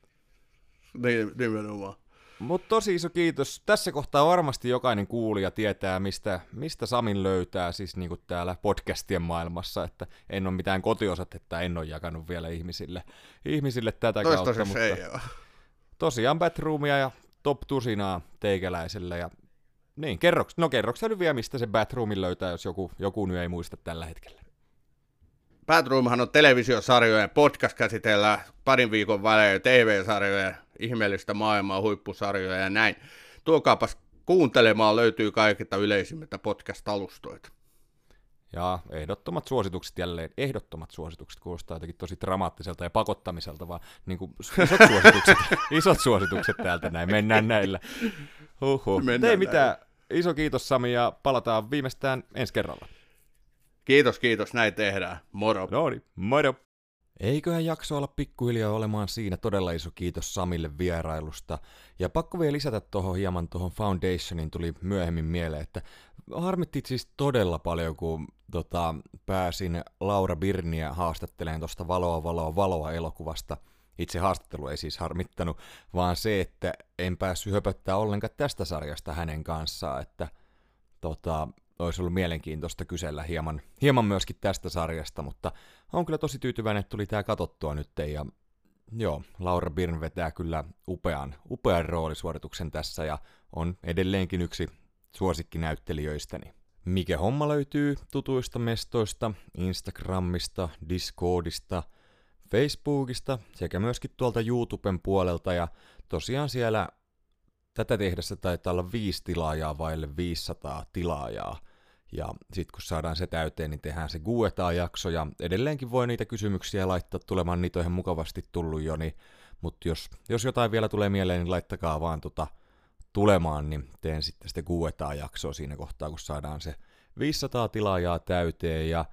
Niin, nimenomaan. Mutta tosi iso kiitos. Tässä kohtaa varmasti jokainen kuulija tietää, mistä, mistä Samin löytää, siis niin kuin täällä podcastien maailmassa, että en ole mitään kotiosatetta, en ole jakanut vielä ihmisille, ihmisille tätä Toistaiseksi kautta. Mutta ei ole. Tosiaan Batroomia ja Top Tusinaa teikäläiselle. Ja niin, kerroks, no kerroks nyt vielä, mistä se Batroomin löytää, jos joku, joku nyt ei muista tällä hetkellä. Batroomhan on televisiosarjojen podcast, käsitellään parin viikon välein T V-sarjojen, ihmeellistä maailmaa, huippusarjoja ja näin. Tuokaapas kuuntelemaan, löytyy kaikilta yleisimmiltä podcast-alustoita. Ja ehdottomat suositukset jälleen, ehdottomat suositukset, kuulostaa jotenkin tosi dramaattiselta ja pakottamiselta, vaan niin kuin isot suositukset, isot suositukset täältä näin, mennään näillä. Huhhuh. Mennään ei mitään, iso kiitos Sami ja palataan viimeistään ensi kerralla. Kiitos, kiitos, näin tehdään. Moro. No niin, moro. Eiköhän jakso olla pikkuhiljaa olemaan siinä. Todella iso kiitos Samille vierailusta. Ja pakko vielä lisätä tuohon hieman tuohon Foundationin tuli myöhemmin mieleen, että harmitti siis todella paljon, kun tota, pääsin Laura Birniä haastattelemaan tuosta Valoa, Valoa, Valoa elokuvasta. Itse haastattelu ei siis harmittanut, vaan se, että en päässyt höpöttää ollenkaan tästä sarjasta hänen kanssaan, että tota... olisi ollut mielenkiintoista kysellä hieman, hieman myöskin tästä sarjasta, mutta on kyllä tosi tyytyväinen, että tuli tää katsottua nyt, ja joo, Laura Birn vetää kyllä upean, upean roolisuorituksen tässä, ja on edelleenkin yksi suosikkinäyttelijöistäni. Mikä Homma löytyy tutuista mestoista, Instagramista, Discordista, Facebookista, sekä myöskin tuolta YouTuben puolelta, ja tosiaan siellä tätä tehdessä taitaa olla viisi tilaajaa vaille viisisataa tilaajaa. Ja sitten kun saadaan se täyteen, niin tehdään se Q and A-jakso. Ja edelleenkin voi niitä kysymyksiä laittaa tulemaan, niitä on ihan mukavasti tullut jo. Niin, mutta jos, jos jotain vielä tulee mieleen, niin laittakaa vaan tota tulemaan, niin teen sitten sitä Q and A-jaksoa siinä kohtaa, kun saadaan se viisisataa tilaajaa täyteen. Ja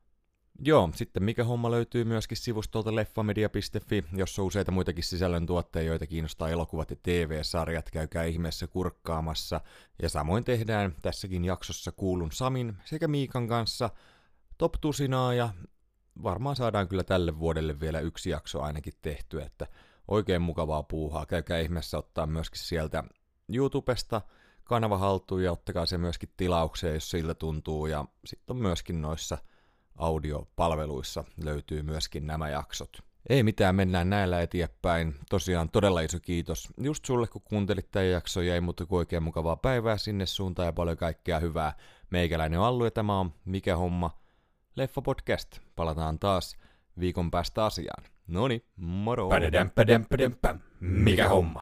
joo, sitten Mikä Homma löytyy myöskin sivustolta leffamedia piste fi, jossa on useita muitakin sisällöntuotteita, joita kiinnostaa elokuvat ja T V-sarjat, käykää ihmeessä kurkkaamassa. Ja samoin tehdään tässäkin jaksossa kuulun Samin sekä Miikan kanssa Top Tusinaa, ja varmaan saadaan kyllä tälle vuodelle vielä yksi jakso ainakin tehtyä, että oikein mukavaa puuhaa. Käykää ihmeessä ottaa myöskin sieltä YouTubesta kanava haltuun ja ottakaa se myöskin tilaukseen, jos siltä tuntuu, ja sitten on myöskin noissa audiopalveluissa löytyy myöskin nämä jaksot. Ei mitään, mennään näillä eteenpäin. Tosiaan todella iso kiitos just sulle, kun kuuntelit tämän jakson. Ei muuta kuin oikein mukavaa päivää sinne suuntaan ja paljon kaikkea hyvää. Meikäläinen on Allu ja tämä on Mikä Homma? Leffa Podcast. Palataan taas viikon päästä asiaan. Noniin, moro! Mikä Homma?